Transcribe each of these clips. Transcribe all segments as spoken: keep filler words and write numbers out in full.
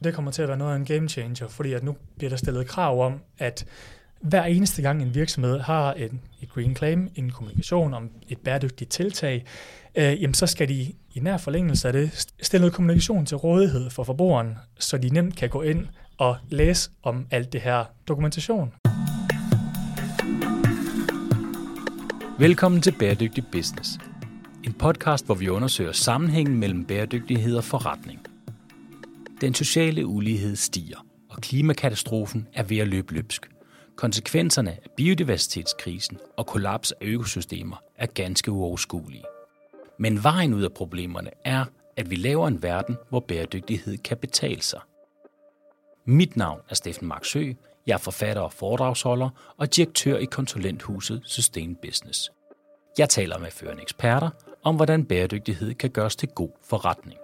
Det kommer til at være noget af en game changer, fordi at nu bliver der stillet krav om, at hver eneste gang en virksomhed har en, et green claim, en kommunikation om et bæredygtigt tiltag, øh, jamen så skal de i nær forlængelse af det stille noget kommunikation til rådighed for forbrugeren, så de nemt kan gå ind og læse om alt det her dokumentation. Velkommen til Bæredygtig Business. En podcast, hvor vi undersøger sammenhængen mellem bæredygtighed og forretning. Den sociale ulighed stiger, og klimakatastrofen er ved at løbe løbsk. Konsekvenserne af biodiversitetskrisen og kollaps af økosystemer er ganske uoverskuelige. Men vejen ud af problemerne er, at vi laver en verden, hvor bæredygtighed kan betale sig. Mit navn er Steffen Marksø. Jeg er forfatter og foredragsholder og direktør i konsulenthuset Sustain Business. Jeg taler med førende eksperter om, hvordan bæredygtighed kan gøres til god forretning.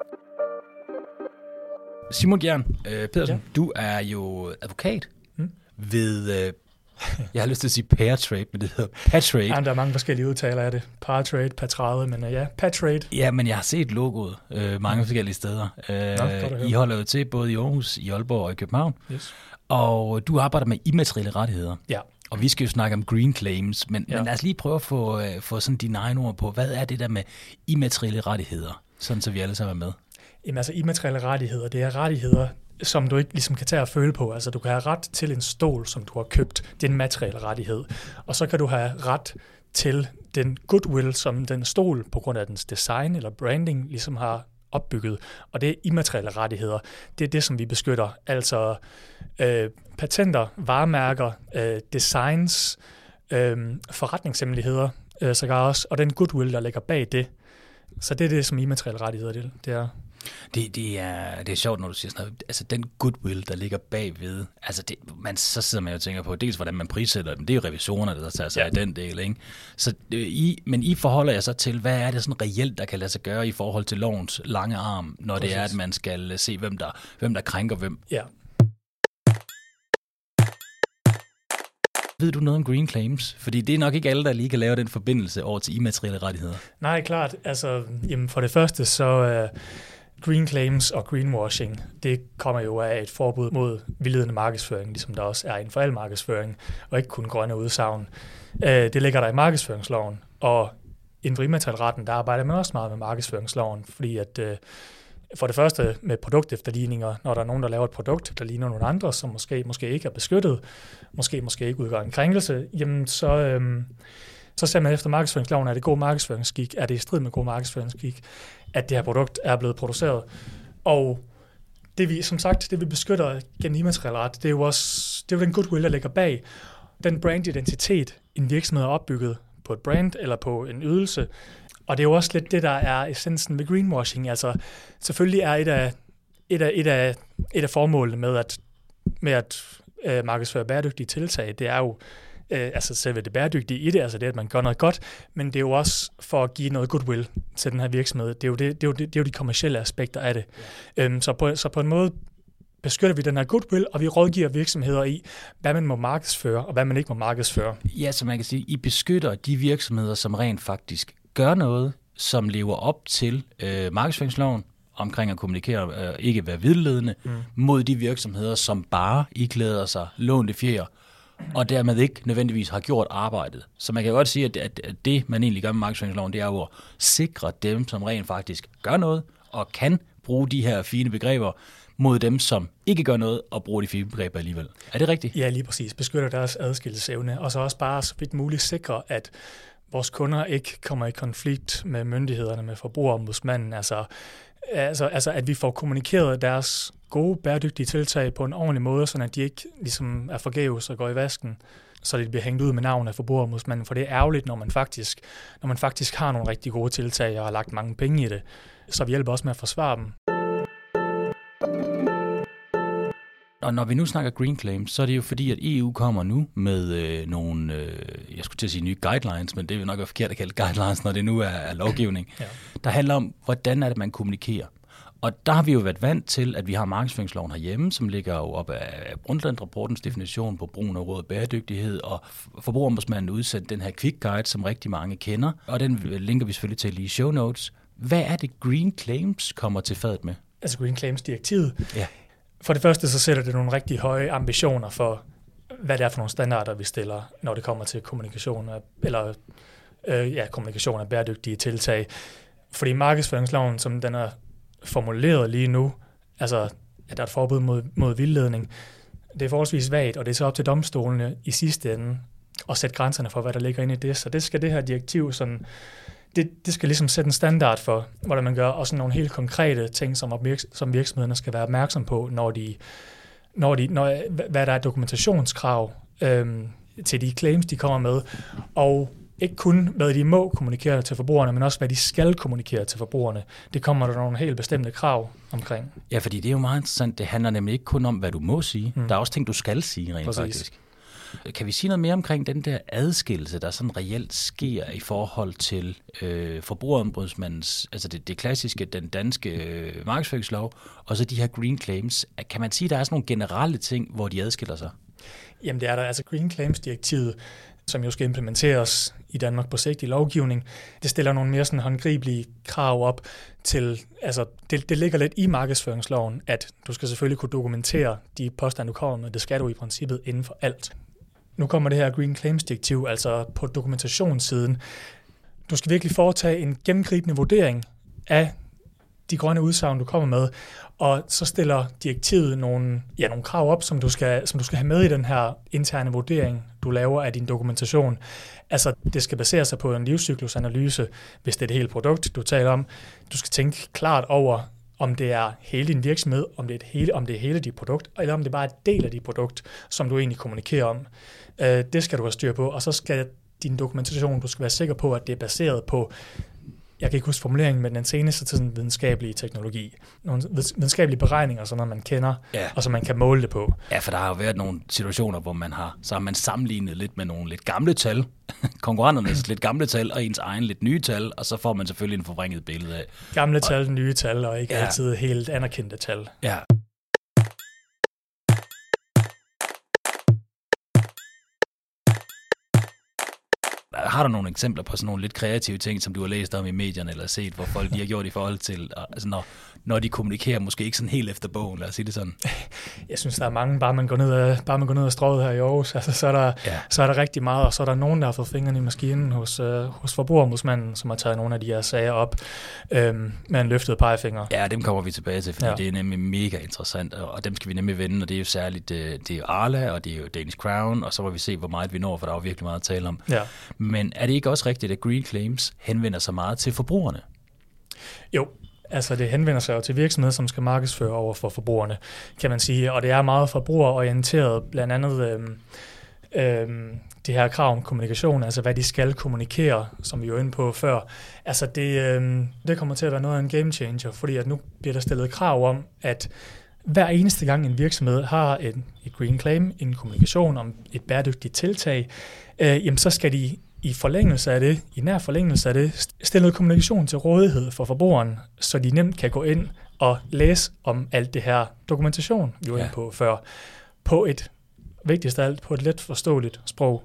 Simon Gjern øh, Pedersen, ja. Du er jo advokat hmm. ved, øh, jeg har lyst til at sige Pairtrade, men det hedder Patrade. Ja, der er mange forskellige udtaler af det. Pairtrade, Patrade, men uh, ja, Patrade. Ja, men jeg har set logoet øh, mange forskellige steder. Øh, Nå, I holder jo til både i Aarhus, i Aalborg og i København. Yes. Og du arbejder med immaterielle rettigheder. Ja. Og vi skal jo snakke om green claims, men, ja. men lad os lige prøve at få, uh, få sådan dine egne ord på, hvad er det der med immaterielle rettigheder, sådan så vi alle sammen er med? Jamen altså immaterielle rettigheder, det er rettigheder, som du ikke ligesom kan tage og føle på. Altså du kan have ret til en stol, som du har købt. Det er en materiel rettighed. Og så kan du have ret til den goodwill, som den stol på grund af dens design eller branding ligesom har opbygget. Og det er immaterielle rettigheder. Det er det, som vi beskytter. Altså øh, patenter, varemærker, øh, designs, øh, forretningshemmeligheder, øh, så også, og den goodwill, der ligger bag det. Så det er det, som immaterielle rettigheder det, det er. Det, det, er, det er sjovt, når du siger sådan noget. Altså den goodwill, der ligger bagved, altså det, man, så sidder man jo og tænker på, dels hvordan man prissætter dem, det er jo revisorerne, der tager sig ja. i den del, ikke? Så, øh, I, men I forholder jer så til, hvad er det sådan reelt, der kan lade sig gøre i forhold til lovens lange arm, når Præcis. det er, at man skal se, hvem der, hvem der krænker hvem? Ja. Ved du noget om green claims? Fordi det er nok ikke alle, der lige kan lave den forbindelse over til immaterielle rettigheder. Nej, klart. Altså, jamen for det første, så uh, green claims og greenwashing, det kommer jo af et forbud mod vildledende markedsføring, ligesom der også er inden for al markedsføring, og ikke kun grønne udsagn. Uh, det ligger der i markedsføringsloven, og inden for immaterielretten, der arbejder man også meget med markedsføringsloven, fordi at uh, for det første med produktefterligninger, når der er nogen, der laver et produkt, der ligner nogle andre, som måske, måske ikke er beskyttet, måske måske ikke udgør en krænkelse, jamen så, øhm, så ser man efter markedsføringsloven, er det god markedsføringsskik, er det i strid med god markedsføringsskik, at det her produkt er blevet produceret. Og det vi, som sagt, det vi beskytter gennem immateriel ret, det er jo også det er jo den goodwill, der ligger bag. Den brandidentitet, en virksomhed er opbygget på et brand eller på en ydelse. Og det er jo også lidt det, der er essensen ved greenwashing. Altså, selvfølgelig er et af, et af, et af, et af formålene med at, med at øh, markedsføre bæredygtige tiltag, det er jo øh, altså selve det bæredygtige i det, altså det, at man gør noget godt, men det er jo også for at give noget goodwill til den her virksomhed. Det er jo, det, det er jo, det, det er jo de kommercielle aspekter af det. Ja. Øhm, så, på, så på en måde beskytter vi den her goodwill, og vi rådgiver virksomheder i, hvad man må markedsføre, og hvad man ikke må markedsføre. Ja, så man kan sige, I beskytter de virksomheder, som rent faktisk gør noget, som lever op til øh, markedsføringsloven omkring at kommunikere, øh, ikke være vildledende, mm. mod de virksomheder, som bare iklæder sig lånte fjer, og dermed ikke nødvendigvis har gjort arbejdet. Så man kan godt sige, at, at, at det, man egentlig gør med markedsføringsloven, det er jo at sikre dem, som rent faktisk gør noget, og kan bruge de her fine begreber, mod dem, som ikke gør noget, og bruger de fine begreber alligevel. Er det rigtigt? Ja, lige præcis. Beskytter deres adskillelsesevne, og så også bare så vidt muligt sikre, at vores kunder ikke kommer i konflikt med myndighederne, med forbrugerombudsmanden, altså, altså, altså at vi får kommunikeret deres gode, bæredygtige tiltag på en ordentlig måde, så at de ikke ligesom er forgæves og går i vasken, så det bliver hængt ud med navn af forbrugerombudsmanden, for det er ærgerligt, når man faktisk, når man faktisk har nogle rigtig gode tiltag og har lagt mange penge i det, så vi hjælper også med at forsvare dem. Og når vi nu snakker green claims, så er det jo fordi, at E U kommer nu med øh, nogle, øh, jeg skulle til at sige nye guidelines, men det er jo nok forkert at kalde guidelines, når det nu er, er lovgivning, ja. Der handler om, hvordan er det, man kommunikerer. Og der har vi jo været vant til, at vi har markedsføringsloven herhjemme, som ligger jo op af Brundtland-rapportens definition på brugen af ordet bæredygtighed, og forbrugerombudsmanden udsendt den her quick guide, som rigtig mange kender, og den linker vi selvfølgelig til lige i show notes. Hvad er det, green claims kommer til fadet med? Altså green claims-direktivet? Ja. For det første så sætter det nogle rigtig høje ambitioner for, hvad det er for nogle standarder, vi stiller, når det kommer til kommunikation af, eller, øh, ja, kommunikation af bæredygtige tiltag. Fordi markedsføringsloven, som den er formuleret lige nu, altså at der er et forbud mod, mod vildledning, det er forholdsvis vagt, og det er så op til domstolene i sidste ende at sætte grænserne for, hvad der ligger inde i det. Så det skal det her direktiv sådan, det, det skal ligesom sætte en standard for, hvordan man gør, og sådan nogle helt konkrete ting, som, opvirks, som virksomhederne skal være opmærksom på, når de, når de, når, hvad der er dokumentationskrav øhm, til de claims, de kommer med, og ikke kun, hvad de må kommunikere til forbrugerne, men også, hvad de skal kommunikere til forbrugerne. Det kommer der nogle helt bestemte krav omkring. Ja, fordi det er jo meget interessant. Det handler nemlig ikke kun om, hvad du må sige. Mm. Der er også ting, du skal sige rent Præcis. faktisk. Kan vi sige noget mere omkring den der adskillelse, der sådan reelt sker i forhold til øh, forbrugerombudsmandens, altså det, det klassiske, den danske øh, markedsføringslov, og så de her green claims. Kan man sige, at der er sådan nogle generelle ting, hvor de adskiller sig? Jamen det er der. Altså Green Claims-direktivet, som jo skal implementeres i Danmark på sigt i lovgivning, det stiller nogle mere sådan håndgribelige krav op til, altså det, det ligger lidt i markedsføringsloven, at du skal selvfølgelig kunne dokumentere de påstande, du kommer med, det skal du i princippet inden for alt. Nu kommer det her Green Claims-direktiv, altså på dokumentationssiden. Du skal virkelig foretage en gennemgribende vurdering af de grønne udsagn, du kommer med, og så stiller direktivet nogle, ja, nogle krav op, som du, skal, som du skal have med i den her interne vurdering, du laver af din dokumentation. Altså, det skal basere sig på en livscyklusanalyse, hvis det er det hele produkt, du taler om. Du skal tænke klart over, om det er hele din virksomhed, om det er, hele, om det er hele dit produkt, eller om det bare er et del af dit produkt, som du egentlig kommunikerer om. Det skal du have styr på, og så skal din dokumentation, du skal være sikker på, at det er baseret på, jeg kan ikke huske formuleringen, men den seneste til sådan videnskabelige teknologi. Nogle videnskabelige beregninger, sådan noget man kender, ja. Og så man kan måle det på. Ja, for der har jo været nogle situationer, hvor man har, så har man sammenlignet lidt med nogle lidt gamle tal, konkurrenternes lidt gamle tal, og ens egen lidt nye tal, og så får man selvfølgelig en forvrænget billede af. Gamle tal, og, nye tal, og ikke ja. altid helt anerkendte tal. Ja. Har du nogle eksempler på sådan nogle lidt kreative ting, som du har læst om i medierne eller set, hvor folk de har gjort i forhold til, altså når, når de kommunikerer måske ikke sådan helt efter bogen, lad os sige det sådan? Jeg synes, der er mange, bare man går ned ad, bare man går ned ad strået her i Aarhus, altså, så, er der, ja. så er der rigtig meget, og så er der nogen, der har fået fingrene i maskinen hos, øh, hos forbrugerombudsmanden, som har taget nogle af de her sager op øh, med en løftet pegefinger. Ja, dem kommer vi tilbage til, fordi ja. det er nemlig mega interessant, og dem skal vi nemlig vende, og det er jo særligt, det er jo Arla, og det er jo Danish Crown, og så må vi se, hvor meget vi når, for der er jo virkelig meget at tale om. Ja. Men er det ikke også rigtigt, at Green Claims henvender sig meget til forbrugerne? Jo, altså det henvender sig jo til virksomheder, som skal markedsføre over for forbrugerne, kan man sige. Og det er meget forbrugerorienteret, blandt andet øhm, øhm, det her krav om kommunikation, altså hvad de skal kommunikere, som vi var inde på før. Altså det, øhm, det kommer til at være noget af en game changer, fordi at nu bliver der stillet krav om, at hver eneste gang en virksomhed har en, et green claim, en kommunikation om et bæredygtigt tiltag, øh, jamen så skal de i forlængelse af det, i nær forlængelse af det, stille noget kommunikation til rådighed for forbrugeren, så de nemt kan gå ind og læse om alt det her dokumentation, vi var ja. inde på før, på et, vigtigst af alt, på et let forståeligt sprog.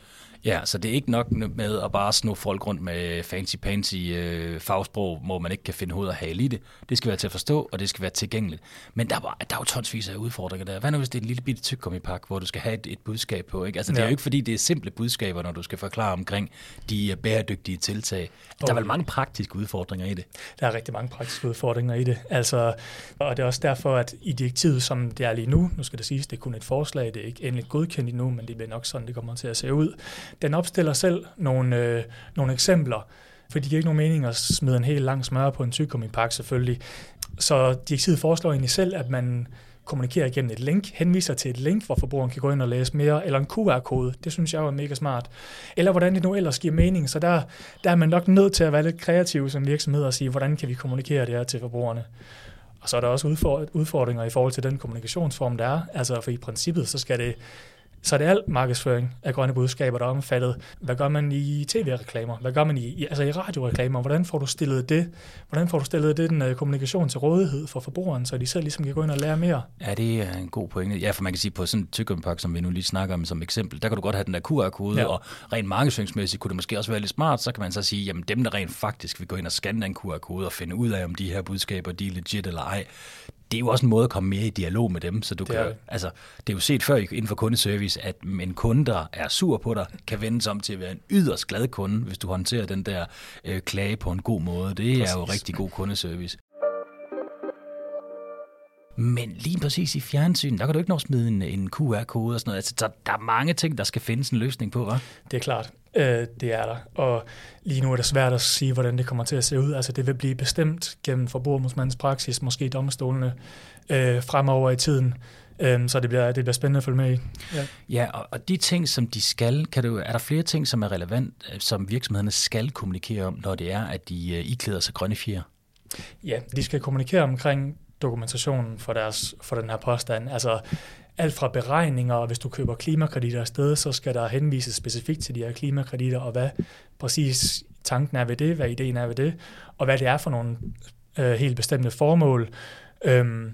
Ja, så det er ikke nok med at bare sno folk rundt med fancy-pansy øh, fagsprog, hvor man ikke kan finde hoved og hale i det. Det skal være til at forstå, og det skal være tilgængeligt. Men der er, bare, der er jo tonsvis af udfordringer der. Hvad nu, hvis det er en lille bitte tyggegummipakke, hvor du skal have et, et budskab på? Ikke? Altså, det er ja. jo ikke, fordi det er simple budskaber, når du skal forklare omkring de bæredygtige tiltag. Der er vel mange praktiske udfordringer i det? Der er rigtig mange praktiske udfordringer i det. Altså, og det er også derfor, at i direktivet, som det er lige nu, nu skal det siges, det er kun et forslag, det er ikke endeligt godkendt endnu, men det bliver nok sådan, det kommer til at se ud. Den opstiller selv nogle, øh, nogle eksempler, for det giver ikke nogen mening at smide en helt lang smør på en tyggegummipakke selvfølgelig. Så direktivet foreslår egentlig selv, at man kommunikerer igennem et link, henviser til et link, hvor forbrugeren kan gå ind og læse mere, eller en Q R-kode. Det synes jeg er mega smart. Eller hvordan det nu ellers giver mening. Så der, der er man nok nødt til at være lidt kreativ som virksomhed og sige, hvordan kan vi kommunikere det her til forbrugerne. Og så er der også udfordringer i forhold til den kommunikationsform, der er. Altså for i princippet, så skal det Så er det alt markedsføring af grønne budskaber, der er omfattet. Hvad gør man i tv-reklamer? Hvad gør man i, altså i radioreklamer? Hvordan får du stillet det? Hvordan får du stillet det, den uh, kommunikation til rådighed for forbrugeren, så de selv ligesom kan gå ind og lære mere? Ja, det er en god pointe. Ja, for man kan sige, på sådan en tyggegummipakke, som vi nu lige snakker om som eksempel, der kan du godt have den der Q R-kode, ja. og rent markedsføringsmæssigt kunne det måske også være lidt smart, så kan man så sige, jamen dem, der rent faktisk vil gå ind og scanne den Q R-kode og finde ud af, om de her budskaber, de er legit eller ej, det er jo også en måde at komme mere i dialog med dem, så du det kan, det. altså, det er jo set før inden for kundeservice, at en kunde, der er sur på dig, kan vende sig om til at være en yderst glad kunde, hvis du håndterer den der øh, klage på en god måde. Det præcis. Er jo rigtig god kundeservice. Men lige præcis i fjernsyn, der kan du ikke nå smide en, en Q R-kode og sådan noget. Altså, så der er mange ting, der skal findes en løsning på, hva'? Det er klart, øh, det er der. Og lige nu er det svært at sige, hvordan det kommer til at se ud. Altså, det vil blive bestemt gennem forbrugerombudsmandens praksis, måske domstolene øh, fremover i tiden. Øh, så det bliver, det bliver spændende at følge med i. Ja, ja og, og de ting, som de skal, kan du, er der flere ting, som er relevant, som virksomhederne skal kommunikere om, når det er, at de øh, iklæder sig grønne fjer? Ja, de skal kommunikere omkring dokumentationen for, deres, for den her påstand. Altså alt fra beregninger, og hvis du køber klimakreditter afsted, så skal der henvises specifikt til de her klimakreditter, og hvad præcis tanken er ved det, hvad ideen er ved det, og hvad det er for nogle øh, helt bestemte formål. Øhm,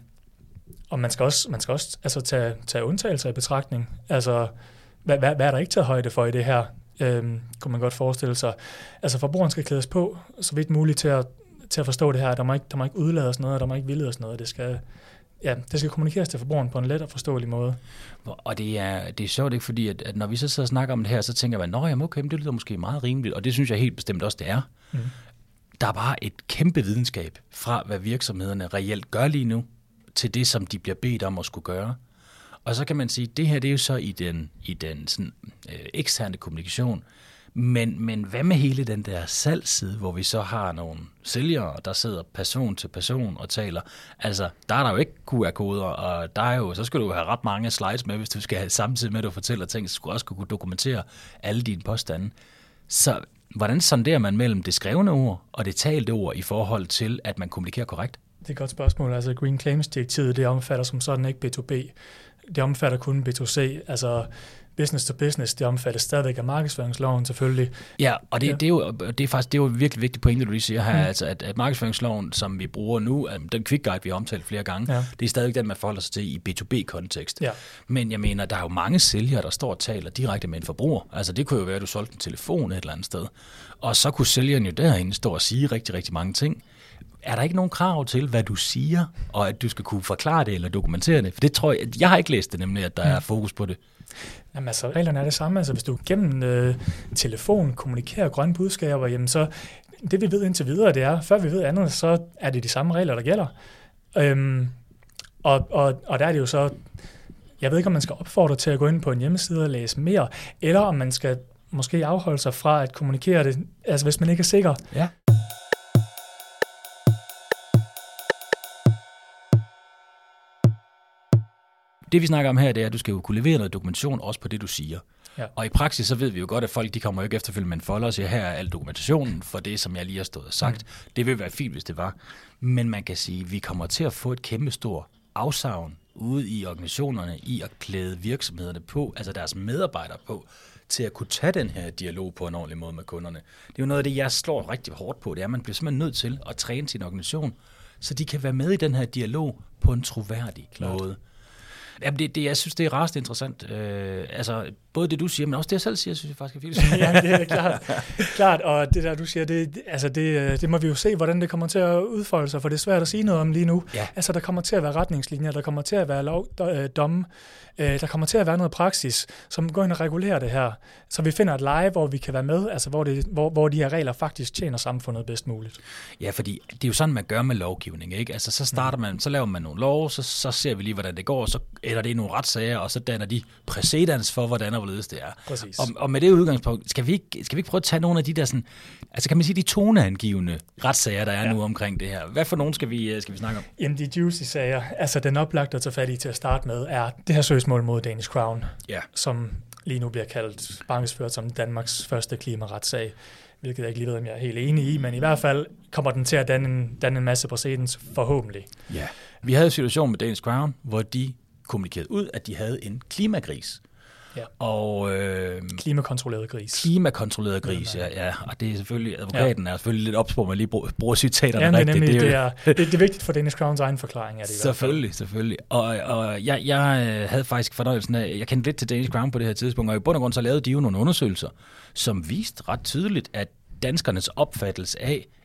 og man skal også, man skal også altså, tage, tage undtagelser i betragtning. Altså, hvad, hvad, hvad er der ikke taget højde for i det her, øhm, kunne man godt forestille sig. Altså forbrugeren skal klædes på, så vidt muligt til at til at forstå det her. Der må ikke, der må ikke udlades noget, der må ikke vildledes noget. Det skal, ja, det skal kommunikeres til forbrugeren på en let og forståelig måde. Og det er, det er sjovt ikke, fordi at, at når vi så sidder og snakker om det her, så tænker man, nå jamen okay, men det lyder måske meget rimeligt, og det synes jeg helt bestemt også, det er. Mm. Der er bare et kæmpe videnskab fra, hvad virksomhederne reelt gør lige nu, til det, som de bliver bedt om at skulle gøre. Og så kan man sige, det her det er jo så i den, i den sådan, øh, eksterne kommunikation. Men, men hvad med hele den der salgsside, hvor vi så har nogle sælgere, der sidder person til person og taler? Altså, der er der jo ikke Q R-koder, og der er jo, så skal du have ret mange slides med, hvis du skal have samtidig med, at du fortæller ting, så skal du også kunne dokumentere alle dine påstande. Så hvordan sonderer man mellem det skrevne ord og det talte ord i forhold til, at man kommunikerer korrekt? Det er et godt spørgsmål. Altså, Green Claims-direktivet, det omfatter som sådan ikke B to B. Det omfatter kun B to C, altså business to business, det omfatter stadigvæk af markedsføringsloven selvfølgelig. Ja, og det, ja. det, er, jo, det er faktisk det er jo virkelig vigtigt pointe, du lige siger her, mm. altså at, at markedsføringsloven, som vi bruger nu, den quick guide, vi har omtalt flere gange, ja. Det er stadigvæk den, man forholder sig til i B to B-kontekst. Ja. Men jeg mener, der er jo mange sælgere, der står og taler direkte med en forbruger. Altså det kunne jo være, at du solgte en telefon et eller andet sted, og så kunne sælgeren jo derinde stå og sige rigtig, rigtig mange ting. Er der ikke nogen krav til, hvad du siger, og at du skal kunne forklare det eller dokumentere det? For det tror jeg, jeg har ikke læst det nemlig, at der mm. er fokus på det. Jamen altså, reglerne er det samme. Altså, hvis du gennem øh, telefon kommunikerer grønne budskaber, jamen så, det vi ved indtil videre, det er, før vi ved andet, så er det de samme regler, der gælder. Øhm, og, og, og der er det jo så, jeg ved ikke, om man skal opfordre til at gå ind på en hjemmeside og læse mere, eller om man skal måske afholde sig fra at kommunikere det, altså hvis man ikke er sikker. Ja. Det vi snakker om her, det er, at du skal jo kunne levere noget dokumentation også på det, du siger. Ja. Og i praksis, så ved vi jo godt, at folk de kommer jo ikke efterfølgende med en folder og siger, her er al dokumentationen for det, som jeg lige har stået og sagt. Mm. Det vil være fint, hvis det var. Men man kan sige, at vi kommer til at få et kæmpe stort afsavn ude i organisationerne i at klæde virksomhederne på, altså deres medarbejdere på, til at kunne tage den her dialog på en ordentlig måde med kunderne. Det er jo noget af det, jeg slår rigtig hårdt på. Det er, at man bliver simpelthen nødt til at træne sin organisation, så de kan være med i den her dialog på en troværdig Klart. måde. Jamen det, det, jeg synes, det er rast interessant. Øh, altså, både det, du siger, men også det, jeg selv siger, synes jeg faktisk er virkelig. Ja, det er klart. klart. Og det der, du siger, det, altså det, det må vi jo se, hvordan det kommer til at udfolde sig, for det er svært at sige noget om lige nu. Ja. Altså, der kommer til at være retningslinjer, der kommer til at være lov, domme, der kommer til at være noget praksis, som går ind og regulerer det her. Så vi finder et leje, hvor vi kan være med, altså hvor, det, hvor, hvor de her regler faktisk tjener samfundet bedst muligt. Ja, fordi det er jo sådan, man gør med lovgivning, ikke? Altså, så starter man, så laver man nogle lov, så, så ser vi lige, hvordan det går, så eller det er nogle retssager, og så danner de præcedens for, hvordan og hvorledes det er. Præcis. Og, og med det udgangspunkt, skal vi, ikke, skal vi ikke prøve at tage nogle af de der sådan, altså kan man sige, de toneangivende retssager, der er ja. nu omkring det her. Hvad for nogen skal vi, skal vi snakke om? Jamen, de juicy sager, altså den oplagte at tage fat i til at starte med, er det her søgsmål mod Danish Crown, ja. som lige nu bliver kaldt markedsført som Danmarks første klimaretssag, hvilket jeg ikke lige ved, om jeg er helt enig i, men i hvert fald kommer den til at danne en, danne en masse præcedens forhåbentlig. Ja. Vi havde en situation med Danish Crown, hvor de kommunikerede ud, at de havde en klimagris. Ja. Og øh, klimakontrolleret gris. Klimakontrolleret gris, ja, ja. Og det er selvfølgelig, advokaten ja. er selvfølgelig lidt opspurgt, man lige bruger citaterne ja, rigtigt. Nemlig, det, er, det, er, det, det er vigtigt for Danish Crowns egen forklaring af det. Selvfølgelig, selvfølgelig. Og, og jeg, jeg havde faktisk fornøjelsen af, jeg kendte lidt til Danish Crown på det her tidspunkt, og i bund og grund så lavede de jo nogle undersøgelser, som viste ret tydeligt, at danskernes opfattelse af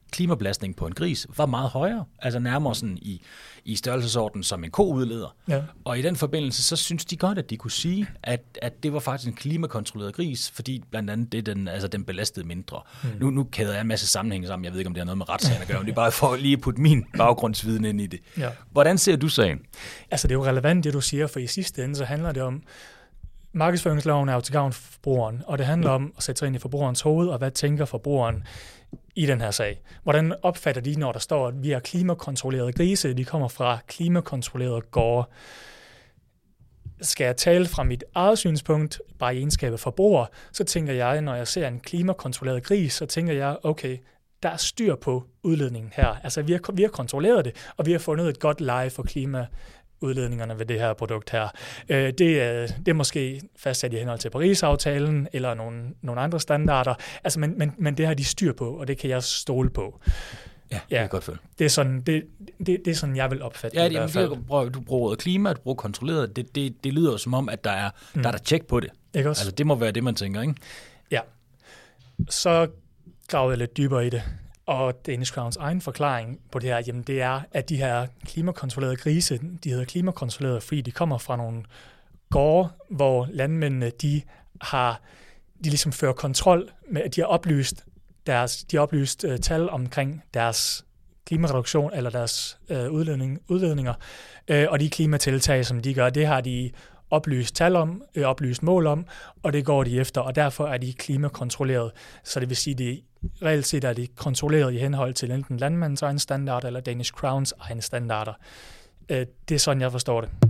klimabelastningen på en gris var meget højere, altså nærmere sådan i, i størrelsesorden som en ko udleder. Ja. Og i den forbindelse, så synes de godt, at de kunne sige, at, at det var faktisk en klimakontrolleret gris, fordi blandt andet det, den, altså den belastede mindre. Mm. Nu, nu kæder jeg en masse sammenhæng sammen, jeg ved ikke, om det har noget med retssagen at gøre, men det er bare for lige at putte min baggrundsviden ind i det. Ja. Hvordan ser du sagen? Altså det er jo relevant, det du siger, for i sidste ende, så handler det om, markedsføringsloven er jo til gavn for forbrugeren, og det handler om at sætte sig ind i forbrugerens hoved, og hvad tænker forbrugeren i den her sag. Hvordan opfatter de, når der står, at vi er klimakontrollerede grise, de kommer fra klimakontrollerede gårde? Skal jeg tale fra mit eget synspunkt, bare i egenskabet forbruger, så tænker jeg, når jeg ser en klimakontrolleret gris, så tænker jeg, okay, der er styr på udledningen her. Altså vi har, vi har kontrolleret det, og vi har fundet et godt leje for klima udledningerne ved det her produkt her. Det er, det er måske fastsat i henhold til Paris-aftalen eller nogle, nogle andre standarder, altså, men, men, men det har de styr på, og det kan jeg stole på. Ja, det ja. er godt følt. Det er sådan, det, det, det er sådan, jeg vil opfatte ja, det i hvert fald. Det, du bruger klima, du bruger kontrolleret, det, det, det lyder jo som om, at der er, mm. der er der tjek på det. Ikke også? Altså det må være det, man tænker, ikke? Ja. Så gravede jeg lidt dybere i det. Og Danish Crowns egen forklaring på det her, jamen det er, at de her klimakontrollerede grise, de hedder klimakontrollerede, fordi de kommer fra nogle gårde, hvor landmændene, de har, de ligesom fører kontrol med, at de har oplyst deres, de har oplyst uh, tal omkring deres klimareduktion eller deres uh, udledning, udledninger, uh, og de klimatiltag, som de gør, det har de oplyst tal om, øh, oplyst mål om, og det går de efter, og derfor er de klimakontrolleret. Så det vil sige, at de reelt set er de kontrolleret i henhold til enten landmandens egen standard eller Danish Crowns egne standarder. Øh, det er sådan, jeg forstår det.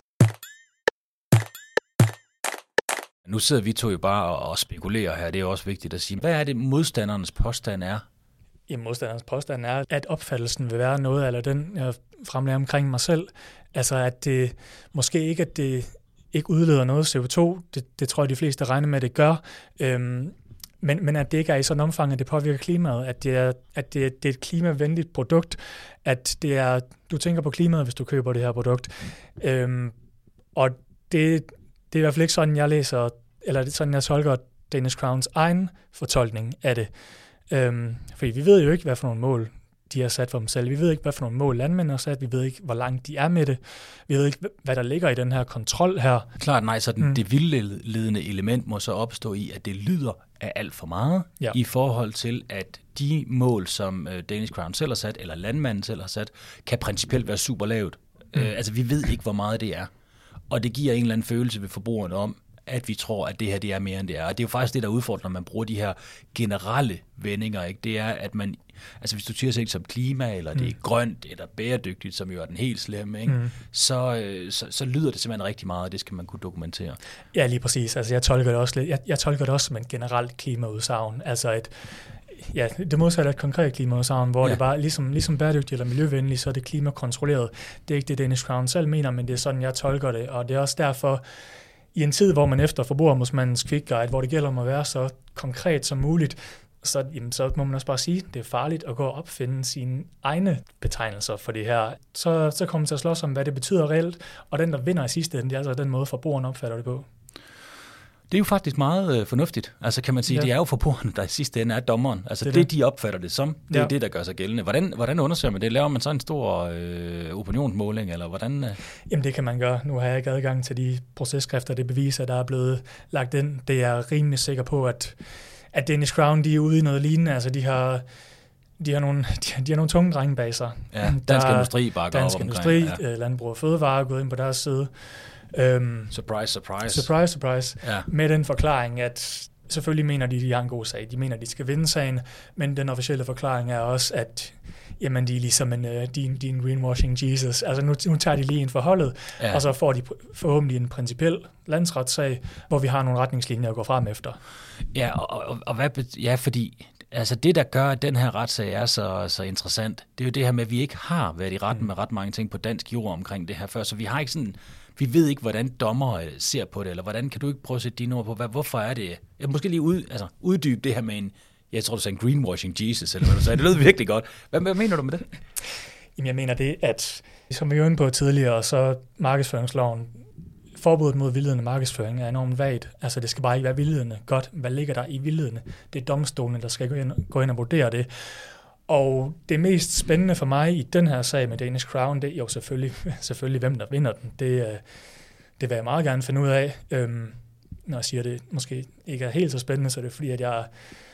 Nu sidder vi to jo bare og spekulerer her, det er også vigtigt at sige. Hvad er det, modstandernes påstand er? Jamen, modstandernes påstand er, at opfattelsen vil være noget, eller den, jeg fremlægger omkring mig selv, altså at det måske ikke, at det ikke udleder noget C O to, det, det tror jeg, de fleste regner med, at det gør, øhm, men, men at det ikke er i sådan omfang, at det påvirker klimaet, at det er, at det, det er et klimavenligt produkt, at det er, du tænker på klimaet, hvis du køber det her produkt, øhm, og det, det er i hvert fald ikke sådan, jeg læser, eller sådan, jeg tolker Danish Crowns egen fortolkning af det, øhm, fordi vi ved jo ikke, hvad for nogle mål de har sat for dem selv. Vi ved ikke, hvad for nogle mål landmænd har sat. Vi ved ikke, hvor langt de er med det. Vi ved ikke, hvad der ligger i den her kontrol her. Klart nej, så den, mm. det vildledende element må så opstå i, at det lyder af alt for meget, ja. I forhold til, at de mål, som Danish Crown selv har sat, eller landmanden selv har sat, kan principielt være super lavt. Mm. Øh, altså, vi ved ikke, hvor meget det er. Og det giver en eller anden følelse ved forbrugerne om, at vi tror, at det her det er mere, end det er. Og det er jo faktisk det, der udfordrer, når man bruger de her generelle vendinger. Ikke? Det er, at man, altså hvis du siger sig som klima, eller det er mm. grønt, eller bæredygtigt, som jo er den helt slemme, ikke? Mm. Så, så, så lyder det simpelthen rigtig meget, og det skal man kunne dokumentere. Ja, lige præcis. Altså jeg tolker det også lidt, jeg, jeg tolker det også som en generelt klimaudsagn. Altså et, ja, det modsatte er et konkret klimaudsagn, hvor ja. Det bare, ligesom, ligesom bæredygtigt eller miljøvenligt, så er det klimakontrolleret. Det er ikke det, Danish Crown selv mener, men det er sådan, jeg tolker det, og det er også derfor, i en tid, hvor man efter forbrugerombudsmandens quick guide, hvor det gælder om at være så konkret som muligt, så, jamen, så må man også bare sige, at det er farligt at gå og opfinde sine egne betegnelser for det her. Så, så kommer man til at slås om, hvad det betyder reelt, og den, der vinder i sidste ende, det er altså den måde, forbrugeren opfatter det på. Det er jo faktisk meget øh, fornuftigt. Altså kan man sige, ja. Det er jo forbrugerne, der i sidste ende er dommeren. Altså det, det, det de opfatter det som, det ja. Er det, der gør sig gældende. Hvordan, hvordan undersøger man det? Laver man så en stor øh, opinionsmåling, eller hvordan? Øh? Jamen det kan man gøre. Nu har jeg ikke adgang til de processkrifter, det beviser, der er blevet lagt ind. Det er jeg rimelig sikker på, at, at Danish Crown, de er ude i noget lignende. Altså de har... De har nogle, de har, de har nogle tunge drenge bag sig. Ja, Dansk Industri bakker Dansk op Industri, omkring. Ja. Landbrug og Fødevare er gået ind på deres side. Um, surprise, surprise. Surprise, surprise. Ja. Med den forklaring, at selvfølgelig mener de, at de har en god sag. De mener, at de skal vinde sagen, men den officielle forklaring er også, at jamen, de er ligesom en, uh, de, de er en greenwashing Jesus. Altså nu, nu tager de lige en forholdet, ja. Og så får de forhåbentlig en principiel landsretssag, hvor vi har nogle retningslinjer at gå frem efter. Ja, og, og, og hvad, ja, fordi altså det, der gør, at den her retssag er så, så interessant, det er jo det her med, at vi ikke har været i retten med ret mange ting på dansk jord omkring det her før, så vi har ikke sådan... Vi ved ikke, hvordan dommer ser på det, eller hvordan kan du ikke prøve at sætte dine ord på, hvad, hvorfor er det? Jeg måske lige ud, altså, uddybe det her med en, jeg tror du sagde en greenwashing Jesus, eller hvad du sagde, det lød virkelig godt. Hvad, hvad mener du med det? Jamen jeg mener det, at som vi jo inde på tidligere, så markedsføringsloven, forbuddet mod vildledende markedsføring er enormt vagt. Altså det skal bare ikke være vildledende. Godt, hvad ligger der i vildledende? Det er domstolene, der skal gå ind, gå ind og vurdere det. Og det mest spændende for mig i den her sag med Danish Crown, det er jo selvfølgelig, selvfølgelig hvem der vinder den. Det, det vil jeg meget gerne finde ud af. Øhm, når jeg siger, det måske ikke er helt så spændende, så er det fordi, at jeg,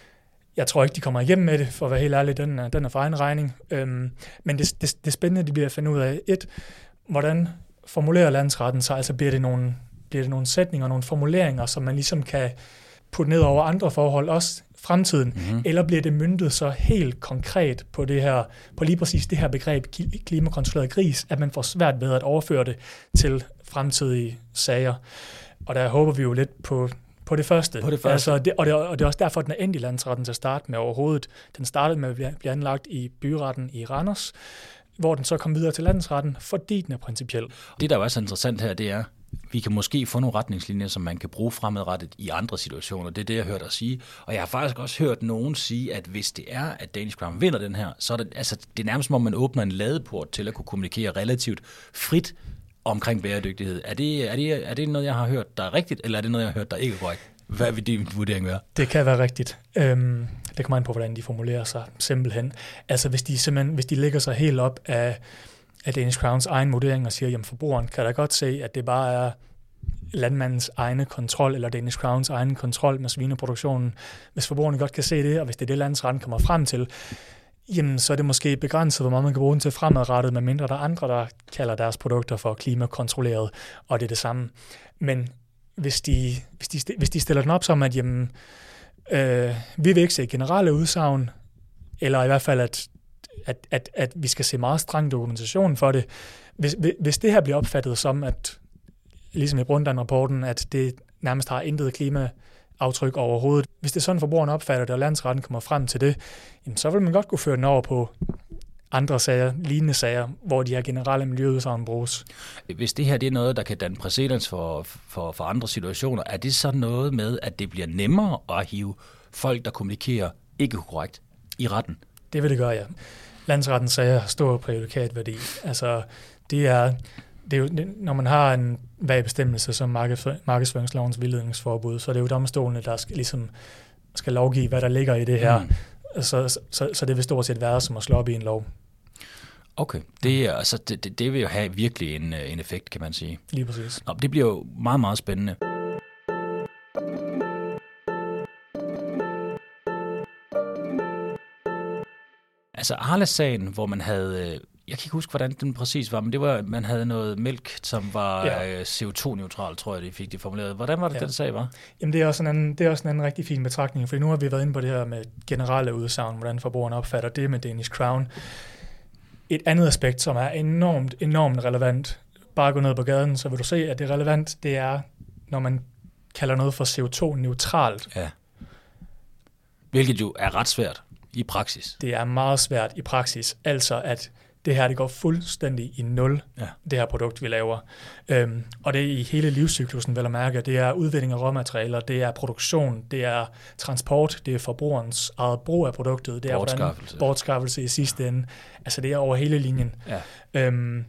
jeg tror ikke, de kommer igennem med det, for at være helt ærlig, den er, den er for egen regning. Øhm, men det, det, det spændende, det bliver at finde ud af, et, hvordan formulerer landsretten sig, altså bliver det nogle, bliver det nogle sætninger, nogle formuleringer, som man ligesom kan putte ned over andre forhold, også fremtiden, mm-hmm. eller bliver det møntet så helt konkret på det her, på lige præcis det her begreb klimakontrolleret gris, at man får svært ved at overføre det til fremtidige sager. Og der håber vi jo lidt på, på det første. På det første. Altså, det, og, det, og det er også derfor, at den er endt i landsretten til at starte med overhovedet. Den startede med at blive anlagt i byretten i Randers, hvor den så kom videre til landsretten, fordi den er principiel. Det, der er også interessant her, det er, vi kan måske få nogle retningslinjer, som man kan bruge fremadrettet i andre situationer. Det er det, jeg har hørt dig sige. Og jeg har faktisk også hørt nogen sige, at hvis det er, at Danish Crown vinder den her, så er det, altså, det er nærmest som om, man åbner en ladeport til at kunne kommunikere relativt frit omkring bæredygtighed. Er det, er det, er det noget, jeg har hørt, der er rigtigt, eller er det noget, jeg har hørt, der ikke er korrekt? Hvad vil din vurdering være? Det kan være rigtigt. Øhm, det kommer an på, hvordan de formulerer sig simpelthen. Altså hvis de simpelthen, hvis de lægger sig helt op af, af Danish Crowns egen vurdering og siger, jamen forbrugeren kan da godt se, at det bare er landmandens egne kontrol, eller Danish Crowns egen kontrol med svineproduktionen. Hvis forbrugerne godt kan se det, og hvis det er det, landsretten kommer frem til, jamen så er det måske begrænset, hvor meget man kan bruge den til fremadrettet, medmindre der er andre, der kalder deres produkter for klimakontrolleret, og det er det samme. Men hvis de, hvis de, hvis de stiller den op som, at jamen, øh, vi vil ikke se generelle udsagn, eller i hvert fald, at, at, at, at vi skal se meget streng dokumentation for det. Hvis, hvis det her bliver opfattet som, at ligesom i Brundtland-rapporten, at det nærmest har intet klimaaftryk overhovedet. Hvis det er sådan, forbrugerne opfatter det, og landsretten kommer frem til det, jamen, så vil man godt kunne føre den over på andre sager, lignende sager, hvor de her generelle miljøudsagn bruges. Hvis det her det er noget, der kan danne præcedens for, for, for andre situationer, er det så noget med, at det bliver nemmere at hive folk, der kommunikerer ikke korrekt i retten? Det vil det gøre, ja. Landsrettens sager har stor præjudikatværdi. Altså, det er, det er jo, når man har en vag bestemmelse som markedsføringslovens vildledningsforbud, så er det jo domstolene, der skal, ligesom, skal lovgive, hvad der ligger i det her. Mm. Så, så, så det vil stort set være som at slå op i en lov. Okay, det, er, altså, det, det, det vil jo have virkelig en, en effekt, kan man sige. Lige præcis. Nå, det bliver jo meget, meget spændende. Altså Arla-sagen, hvor man havde, jeg kan ikke huske, hvordan den præcis var, men det var, man havde noget mælk, som var ja. C O to neutral, tror jeg, de fik det formuleret. Hvordan var det, ja. den sag var? Jamen det er, også en anden, det er også en anden rigtig fin betragtning, for nu har vi været inde på det her med generelle udsagn, hvordan forbrugerne opfatter det med Danish Crown. Et andet aspekt, som er enormt, enormt relevant, bare gå ned på gaden, så vil du se, at det er relevant, det er, når man kalder noget for C O to neutralt. Ja. Hvilket jo er ret svært i praksis. Det er meget svært i praksis, altså at det her, det går fuldstændig i nul, ja. det her produkt, vi laver. Øhm, og det er i hele livscyklusen, vel at mærke. Det er udvinding af råmaterialer, det er produktion, det er transport, det er forbrugerens eget brug af produktet, det er bortskaffelse. Hvordan, bortskaffelse i sidste ende. Altså det er over hele linjen. Ja. Øhm,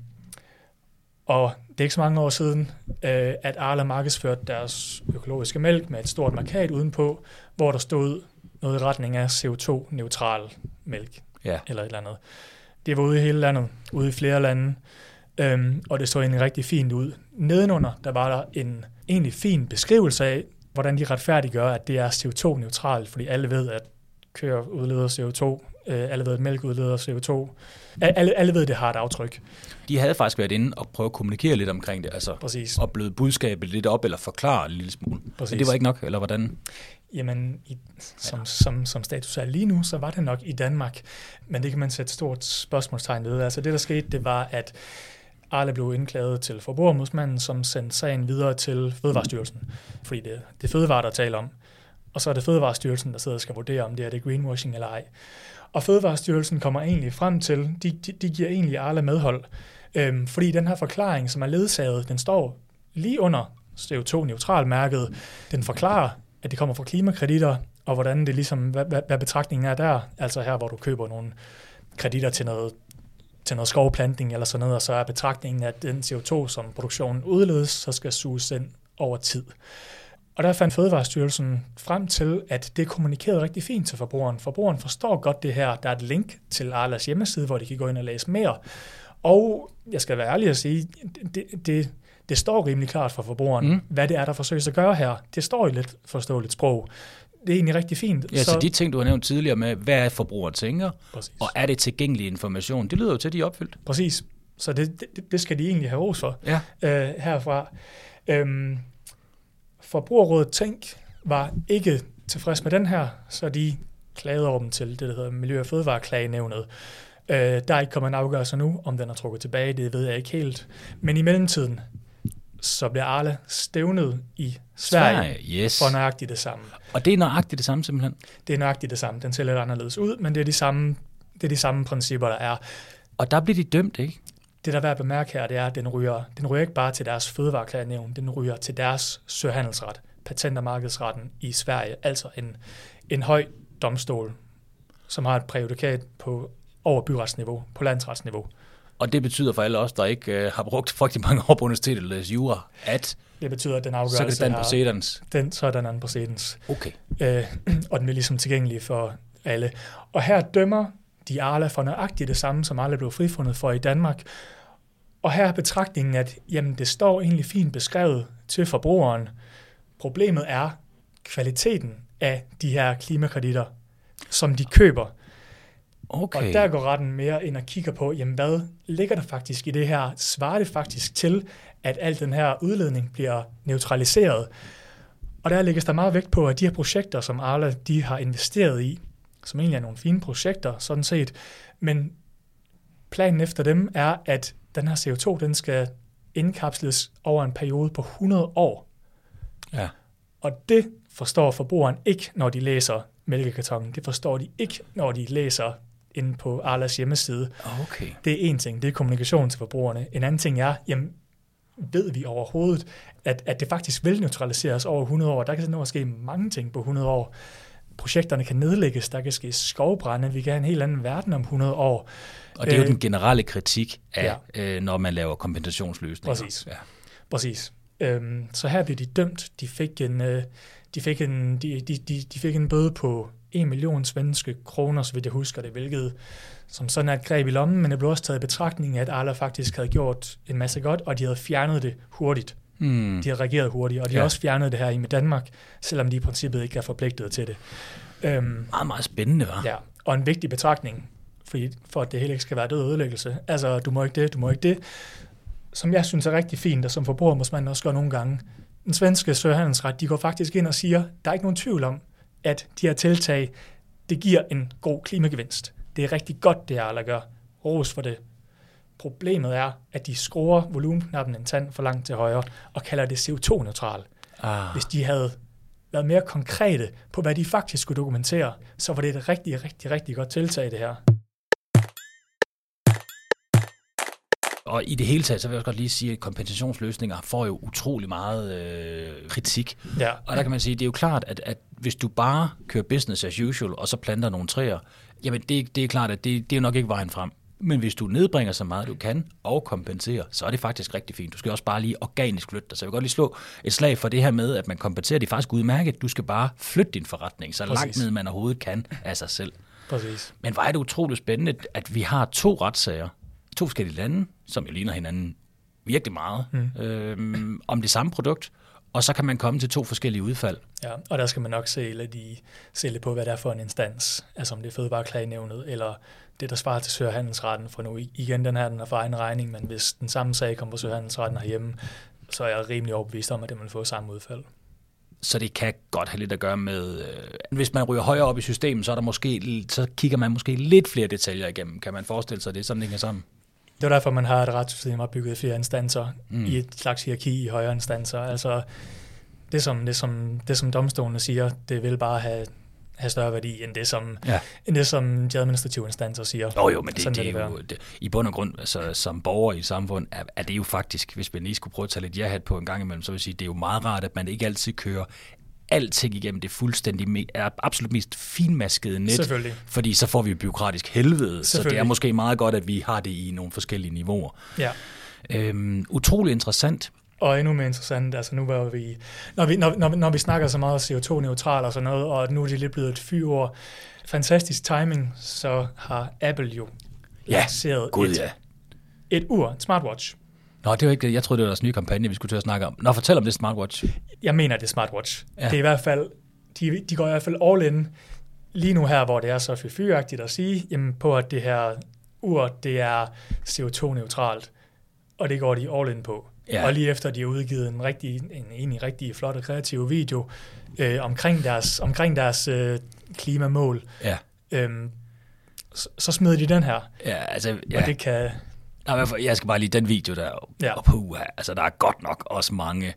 og det er ikke så mange år siden, øh, at Arla markedsførte deres økologiske mælk med et stort markat udenpå, hvor der stod noget i retning af C O to neutral mælk, ja. eller et eller andet. Det var ude i hele landet, ude i flere lande, øhm, og det så egentlig rigtig fint ud. Nedenunder, der var der en egentlig fin beskrivelse af, hvordan de retfærdiggør, at det er C O to neutralt, fordi alle ved, at køer udleder C O to, øh, alle ved, at mælk udleder C O to. Alle, alle ved, at det har et aftryk. De havde faktisk været inde og prøve at kommunikere lidt omkring det, altså Præcis. og bløde budskabet lidt op, eller forklare en lille smule. Præcis. Men det var ikke nok, eller hvordan? Jamen, i, som, ja. som, som status er lige nu, så var det nok i Danmark. Men det kan man sætte stort spørgsmålstegn ved. Altså det, der skete, det var, at Arla blev indklaget til Forbrugerombudsmanden, som sendte sagen videre til Fødevarestyrelsen. Fordi det, det er fødevare, der taler om. Og så er det Fødevarestyrelsen, der sidder og skal vurdere, om det er det greenwashing eller ej. Og Fødevarestyrelsen kommer egentlig frem til, de, de, de giver egentlig Arla medhold. Øhm, fordi den her forklaring, som er ledsaget, den står lige under C O to neutral mærket. Den forklarer, at det kommer fra klimakreditter, og hvordan det ligesom, hvad, hvad, hvad betragtningen er der. Altså her, hvor du køber nogle kreditter til noget, til noget skovplantning eller sådan noget, og så er betragtningen, at den C O to, som produktionen udledes, så skal suges ind over tid. Og der fandt Fødevarestyrelsen frem til, at det kommunikerede rigtig fint til forbrugeren. Forbrugeren forstår godt det her. Der er et link til Arlas hjemmeside, hvor de kan gå ind og læse mere. Og jeg skal være ærlig at sige, det, det, det står rimelig klart for forbrugeren, mm. hvad det er, der forsøges at gøre her. Det står i lidt forståeligt sprog. Det er egentlig rigtig fint. Ja, så, så de ting, du har nævnt tidligere med, hvad er forbruger tænker, præcis. Og er det tilgængelig information, det lyder jo til, at de er opfyldt. Præcis. Så det, det, det skal de egentlig have ros for ja. øh, herfra. Øhm, Forbrugerrådet Tænk var ikke tilfreds med den her, så de klagede over dem til det, der hedder Miljø- og Fødevareklagenævnet. Øh, der er ikke kommet en afgørelse nu, om den er trukket tilbage, det ved jeg ikke helt. Men i mellemtiden, så bliver Arla stævnet i Sverige, Sverige yes. for nøjagtigt det samme. Og det er nøjagtigt det samme simpelthen? Det er nøjagtigt det samme. Den ser lidt anderledes ud, men det er de samme, det er de samme principper, der er. Og der bliver de dømt, ikke? Det, der er værd at bemærke her, det er, at den ryger, den ryger ikke bare til deres fødevareklagenævn, den ryger til deres søhandelsret, patent- og markedsretten i Sverige, altså en, en høj domstol, som har et præjudikat på over byretsniveau, på landsretsniveau. Og det betyder for alle os, der ikke øh, har brugt frygtelig mange år på universitetet eller læst jura, at det betyder, at den afgørelse så er det den præcedens. Den, så er den anden præcedens. Okay. Øh, og den bliver ligesom tilgængelig for alle. Og her dømmer de Arla for nøjagtigt det samme, som Arla blev frifundet for i Danmark. Og her er betragtningen, at jamen, det står egentlig fint beskrevet til forbrugeren. Problemet er kvaliteten af de her klimakreditter, som de køber. Okay. Og der går retten mere ind og kigger på, jamen hvad ligger der faktisk i det her? Svarer det faktisk til, at al den her udledning bliver neutraliseret? Og der lægges der meget vægt på, at de her projekter, som Arla de har investeret i, som egentlig er nogle fine projekter, sådan set, men planen efter dem er, at den her C O to, den skal indkapsles over en periode på hundrede år. Ja. Og det forstår forbrugeren ikke, når de læser mælkekartonen. Det forstår de ikke, når de læser inde på Arlas hjemmeside. Okay. Det er en ting, det er kommunikation til forbrugerne. En anden ting er, jamen, ved vi overhovedet, at, at det faktisk vil neutraliseres over hundrede år. Der kan nå at ske mange ting på hundrede år. Projekterne kan nedlægges, der kan ske skovbrænde, vi kan have en helt anden verden om hundrede år. Og det er jo øh, den generelle kritik af, ja. øh, når man laver kompensationsløsninger. Præcis. Ja. Præcis. Øhm, så her blev de dømt. De fik en, øh, de fik en, de, de, de, de fik en bøde på en million svenske kroner, så vidt jeg husker det, hvilket som sådan er et greb i lommen, men det blev også taget i betragtning, at Arla faktisk havde gjort en masse godt, og de havde fjernet det hurtigt. Hmm. De havde reageret hurtigt, og de ja. har også fjernet det her i med Danmark, selvom de i princippet ikke er forpligtet til det. Øhm, meget, meget spændende, hva'? Ja, og en vigtig betragtning, fordi, for at det hele ikke skal være død og ødelæggelse. Altså, du må ikke det, du må ikke det. Som jeg synes er rigtig fint, og som forbruger må man også gøre nogle gange. Den svenske søhandelsret, de går faktisk ind og siger, der er ikke nogen tvivl om, at de her tiltag, det giver en god klimagevinst. Det er rigtig godt, det her Arla gør. Ros for det. Problemet er, at de skruer volumenknappen en tand for langt til højre, og kalder det C O to neutral. Ah. Hvis de havde været mere konkrete på, hvad de faktisk skulle dokumentere, så var det et rigtig, rigtig, rigtig godt tiltag, det her. Og i det hele taget, så vil jeg også godt lige sige, at kompensationsløsninger får jo utrolig meget øh, kritik. Ja. Og der kan man sige, det er jo klart, at, at hvis du bare kører business as usual, og så planter nogle træer, jamen det, det er klart, at det, det er nok ikke vejen frem. Men hvis du nedbringer så meget du kan, og kompenserer, så er det faktisk rigtig fint. Du skal også bare lige organisk flytte dig. Så jeg vil godt lige slå et slag for det her med, at man kompenserer. Det er faktisk udmærket. Du skal bare flytte din forretning, så Præcis. langt ned man overhovedet kan af sig selv. Præcis. Men hvor er det utroligt spændende, at vi har to retssager, to forskellige lande, som jo ligner hinanden virkelig meget, mm. øhm, om det samme produkt, og så kan man komme til to forskellige udfald. Ja, og der skal man nok se lidt, i, se lidt på, hvad det er for en instans, altså om det er Fødevareklagenævnet, eller det, der svarer til Søhandelsretten, for nu igen, den her, den er for egen regning, men hvis den samme sag kommer på Søhandelsretten herhjemme, så er jeg rimelig overbevist om, at det vil få samme udfald. Så det kan godt have lidt at gøre med, øh, hvis man ryger højere op i systemet, så er der måske, så kigger man måske lidt flere detaljer igennem. Kan man forestille sig, det sådan hænger sammen? Det er derfor, man har et retssystem opbygget i flere instanser, mm. i et slags hierarki i højere instanser. Altså det som, det som, det som domstolene siger, det vil bare have, have større værdi, end det, som, ja. end det, som de administrative instanser siger. Jo jo, men det, det er jo, det, i bund og grund, altså, som borger i samfund, er, er det jo faktisk, hvis man lige skulle prøve at tage lidt ja-hat på en gang imellem, så vil jeg sige, det er jo meget rart, at man ikke altid kører alting igennem det fuldstændig, er absolut mest finmaskede net, fordi så får vi jo bureaukratisk helvede, så det er måske meget godt, at vi har det i nogle forskellige niveauer. Ja. Øhm, utrolig interessant. Og endnu mere interessant, altså nu var vi, når vi, når, når, når vi snakker så meget C O to neutral og sådan noget, og nu er det lidt blevet et fyord, fantastisk timing, så har Apple jo ja, lanceret God, et, ja. et ur, et smartwatch. Nå, det var ikke det. Jeg troede, det var deres nye kampagne, vi skulle til at snakke om. Nå, fortæl om det smartwatch. Jeg mener, det er smartwatch. Ja. Det er i hvert fald, de, de går i hvert fald all in, lige nu her, hvor det er så fyrfyragtigt at sige, jamen på at det her ur, det er C O to neutralt, og det går de all in på. Ja. Og lige efter de har udgivet en rigtig, en egentlig rigtig flot og kreativ video øh, omkring deres, omkring deres øh, klimamål, ja. øhm, så, så smider de den her. Ja, altså, ja. Og det kan... Nej, jeg skal bare lige den video der. Ja. Og puha, altså der er godt nok også mange.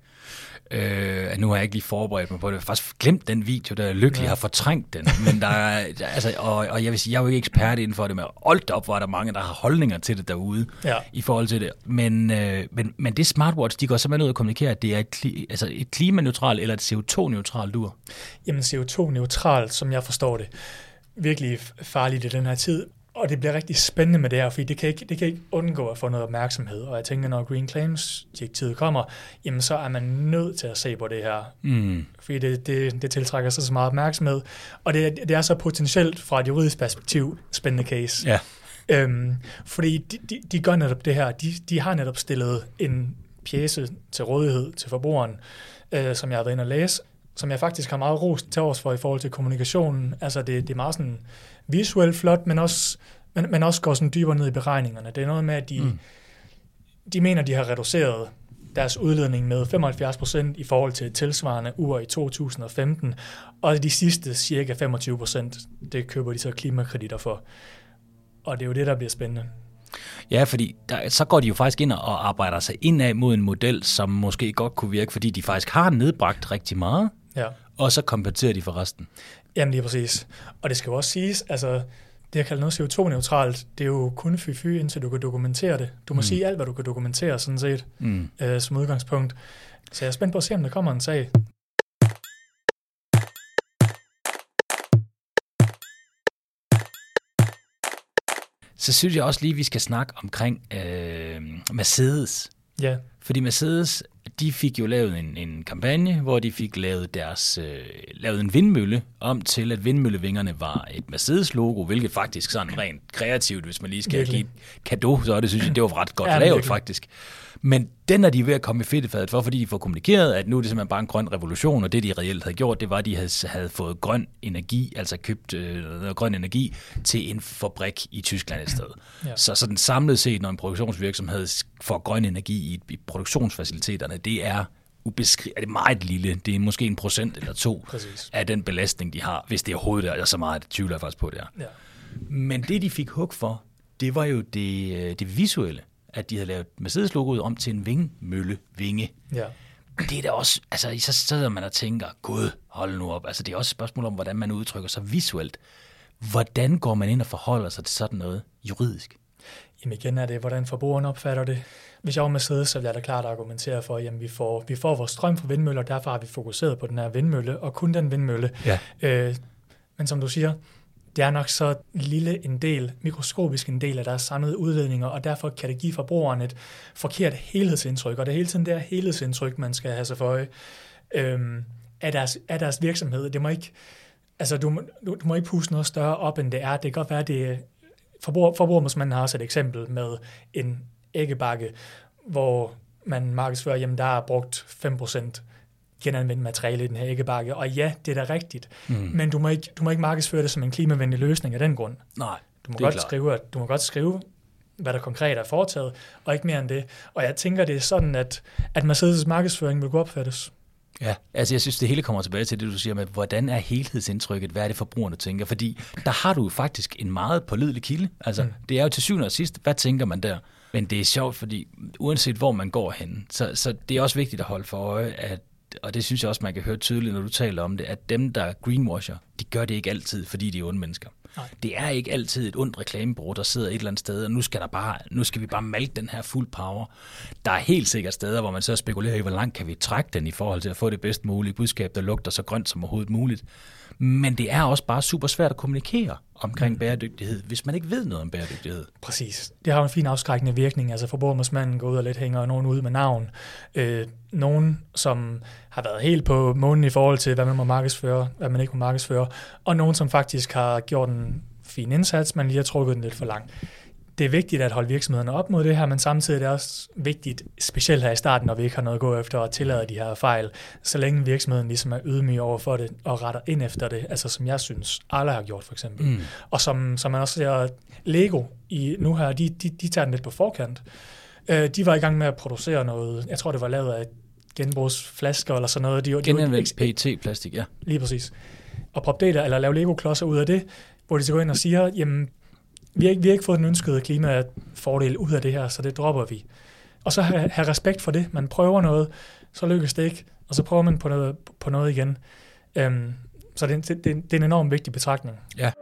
Øh, nu har jeg ikke lige forberedt mig på det. Jeg har faktisk glemt den video, der lykkelig ja. har fortrængt den. Men der er, altså, og, og jeg vil sige, jeg er jo ikke ekspert inden for det, men holdt op, hvor er der mange, der har holdninger til det derude, ja. i forhold til det. Men, øh, men, men det smartwatch, de går simpelthen ud og kommunikerer, at det er et, kli, altså et klimaneutralt eller et C O to neutralt ur. Jamen C O to neutralt, som jeg forstår det, virkelig farligt i den her tid. Og det bliver rigtig spændende med det her, fordi det kan ikke, det kan ikke undgå at få noget opmærksomhed. Og jeg tænker, når Green Claims-direktivet kommer, jamen så er man nødt til at se på det her. Mm. Fordi det, det, det tiltrækker sig så meget opmærksomhed. Og det, det er så potentielt fra et juridisk perspektiv spændende case. Ja. Øhm, fordi de, de, de gør netop det her. De, de har netop stillet en pjece til rådighed til forbrugeren, øh, som jeg har været inde og læse, som jeg faktisk har meget rost til års for i forhold til kommunikationen. Altså det, det er meget sådan visuelt flot, men også, men, men også går sådan dybere ned i beregningerne. Det er noget med, at de, mm. de mener, de har reduceret deres udledning med femoghalvfjerds procent i forhold til tilsvarende ur i to tusind og femten, og de sidste cirka femogtyve procent, det køber de så klimakreditter for. Og det er jo det, der bliver spændende. Ja, fordi der, så går de jo faktisk ind og arbejder sig indad mod en model, som måske godt kunne virke, fordi de faktisk har nedbragt rigtig meget, ja. og så kompenserer de for resten. Jamen lige præcis. Og det skal jo også siges, altså det jeg kalder noget C O to neutralt, det er jo kun fy-fy, indtil du kan dokumentere det. Du må mm. sige alt, hvad du kan dokumentere, sådan set, mm. øh, som udgangspunkt. Så jeg er spændt på at se, om der kommer en sag. Så synes jeg også lige, at vi skal snakke omkring øh, Mercedes. Ja. Fordi Mercedes, de fik jo lavet en, en kampagne, hvor de fik lavet deres øh, lavet en vindmølle om til, at vindmøllevingerne var et Mercedes-logo, hvilket faktisk sådan rent kreativt, hvis man lige skal virkelig give et cadeau, så er det, synes jeg, det var ret godt ja, lavet virkelig. faktisk. Men den er de ved at komme i fedtefadet for, fordi de får kommunikeret, at nu er det simpelthen bare en grøn revolution, og det de reelt havde gjort, det var, at de havde, havde fået grøn energi, altså købt øh, grøn energi til en fabrik i Tyskland et sted. Ja. Så sådan samlet set, når en produktionsvirksomhed får grøn energi i, i produktionsfaciliteterne, det er ubeskri- er det meget lille. Det er måske en procent eller to Præcis. af den belastning, de har, hvis det overhovedet er så meget, det tvivler jeg faktisk på det her. Ja. Men det, de fik hug for, det var jo det, det visuelle, at de havde lavet Mercedes-logoet om til en vindmøllevinge. Ja. Det er da også, altså så sidder man og tænker, gud, hold nu op. Altså det er også et spørgsmål om, hvordan man udtrykker sig visuelt. Hvordan går man ind og forholder sig til sådan noget juridisk? Jamen igen er det, hvordan forbrugeren opfatter det. Hvis jeg var Mercedes, så vil jeg da klart argumentere for, at vi får, vi får vores strøm fra vindmøller, og derfor har vi fokuseret på den her vindmølle, og kun den vindmølle. Ja. Øh, men som du siger, det er nok så lille en del, mikroskopisk en del af deres samlede udledninger, og derfor kan det give forbrugeren et forkert helhedsindtryk, og det er hele tiden det her helhedsindtryk, man skal have sig for øje øhm, af, deres, af deres virksomhed. Det må ikke, altså du, du, du må ikke puste noget større op, end det er. Det kan godt være, at det forbruger, forbrugerombudsmanden har også et eksempel med en æggebakke, hvor man markedsfører, jamen der er brugt fem procent genanvendt materiale i den her æggebakke, og ja, det er da rigtigt, mm. men du må, ikke, du må ikke markedsføre det som en klimavenlig løsning af den grund. Nej, du må godt skrive, at du må godt skrive, hvad der konkret er foretaget, og ikke mere end det. Og jeg tænker, det er sådan, at, at Mercedes' markedsføring vil kunne opfattes. Ja, altså jeg synes, det hele kommer tilbage til det, du siger med, hvordan er helhedsindtrykket, hvad er det forbrugerne tænker, fordi der har du faktisk en meget pålidelig kilde. Altså, mm. det er jo til syvende og sidst, hvad tænker man der? Men det er sjovt, fordi uanset hvor man går hen, så, så det er også vigtigt at holde for øje, at og det synes jeg også, man kan høre tydeligt, når du taler om det, at dem, der greenwasher, de gør det ikke altid, fordi de er onde mennesker. Nej. Det er ikke altid et ondt reklamebureau, der sidder et eller andet sted, og nu skal, der bare, nu skal vi bare malke den her fuld power. Der er helt sikkert steder, hvor man så spekulerer i, hvor langt kan vi trække den i forhold til at få det bedst mulige budskab, der lugter så grønt som overhovedet muligt. Men det er også bare super svært at kommunikere omkring mm. bæredygtighed, hvis man ikke ved noget om bæredygtighed. Præcis. Det har jo en fin afskrækkende virkning. Altså forbrugerombudsmanden går ud og lidt hænger nogen ud med navn. Øh, nogen, som har været helt på månen i forhold til, hvad man må markedsføre, hvad man ikke må markedsføre, og nogen, som faktisk har gjort en fin indsats, men lige har trukket den lidt for langt. Det er vigtigt at holde virksomhederne op mod det her, men samtidig er det også vigtigt, specielt her i starten, når vi ikke har noget at gå efter at tillade de her fejl, så længe virksomheden ligesom er ydmyg over for det og retter ind efter det, altså som jeg synes, alle har gjort for eksempel. Mm. Og som, som man også ser, Lego i nu her, de, de, de tager den lidt på forkant. Uh, de var i gang med at producere noget, jeg tror det var lavet af genbrugsflasker eller sådan noget. De, Genanvendt P E T-plastik, ja. Lige præcis. Og proppe det der, eller lave Lego-klodser ud af det, hvor de så går ind og siger, jamen, Vi har, ikke, vi har ikke fået den ønskede klimafordel ud af det her, så det dropper vi. Og så have, have respekt for det. Man prøver noget, så lykkes det ikke, og så prøver man på noget, på noget igen. Um, så det, det, det er en enormt vigtig betragtning. Ja.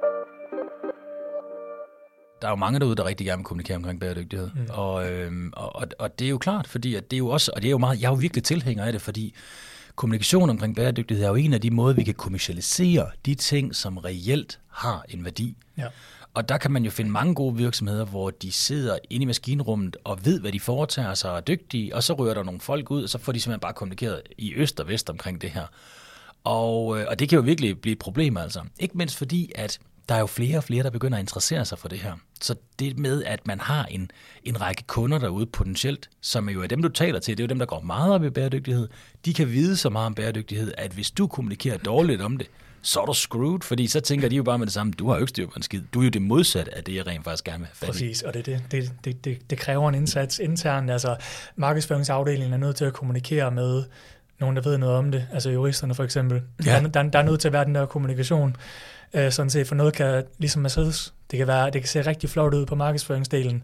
Der er jo mange derude, der rigtig gerne vil kommunikere omkring bæredygtighed. Mm. Og, øhm, og, og det er jo klart, fordi at det er jo også, og det er jo meget, jeg er jo virkelig tilhænger af det, fordi kommunikation omkring bæredygtighed er jo en af de måder, vi kan kommercialisere de ting, som reelt har en værdi. Ja. Og der kan man jo finde mange gode virksomheder, hvor de sidder inde i maskinrummet og ved, hvad de foretager sig og er dygtige, og så rører der nogle folk ud, og så får de simpelthen bare kommunikeret i øst og vest omkring det her. Og, og det kan jo virkelig blive et problem altså. Ikke mindst fordi, at der er jo flere og flere, der begynder at interessere sig for det her. Så det med, at man har en, en række kunder derude potentielt, som jo er dem, du taler til, det er jo dem, der går meget op i bæredygtighed, de kan vide så meget om bæredygtighed, at hvis du kommunikerer dårligt om det, så er du screwed, fordi så tænker de jo bare med det samme, du har jo ikke styr på en skid. Du er jo det modsatte af det, jeg rent faktisk gerne vil have fat i. Præcis, og det, det, det, det, det, det kræver en indsats internt. Altså markedsføringsafdelingen er nødt til at kommunikere med nogen, der ved noget om det. Altså juristerne for eksempel. Ja. Der, der, der er nødt til at være den der kommunikation. Øh, sådan set, for noget kan, ligesom Mercedes, det kan, være, det kan se rigtig flot ud på markedsføringsdelen.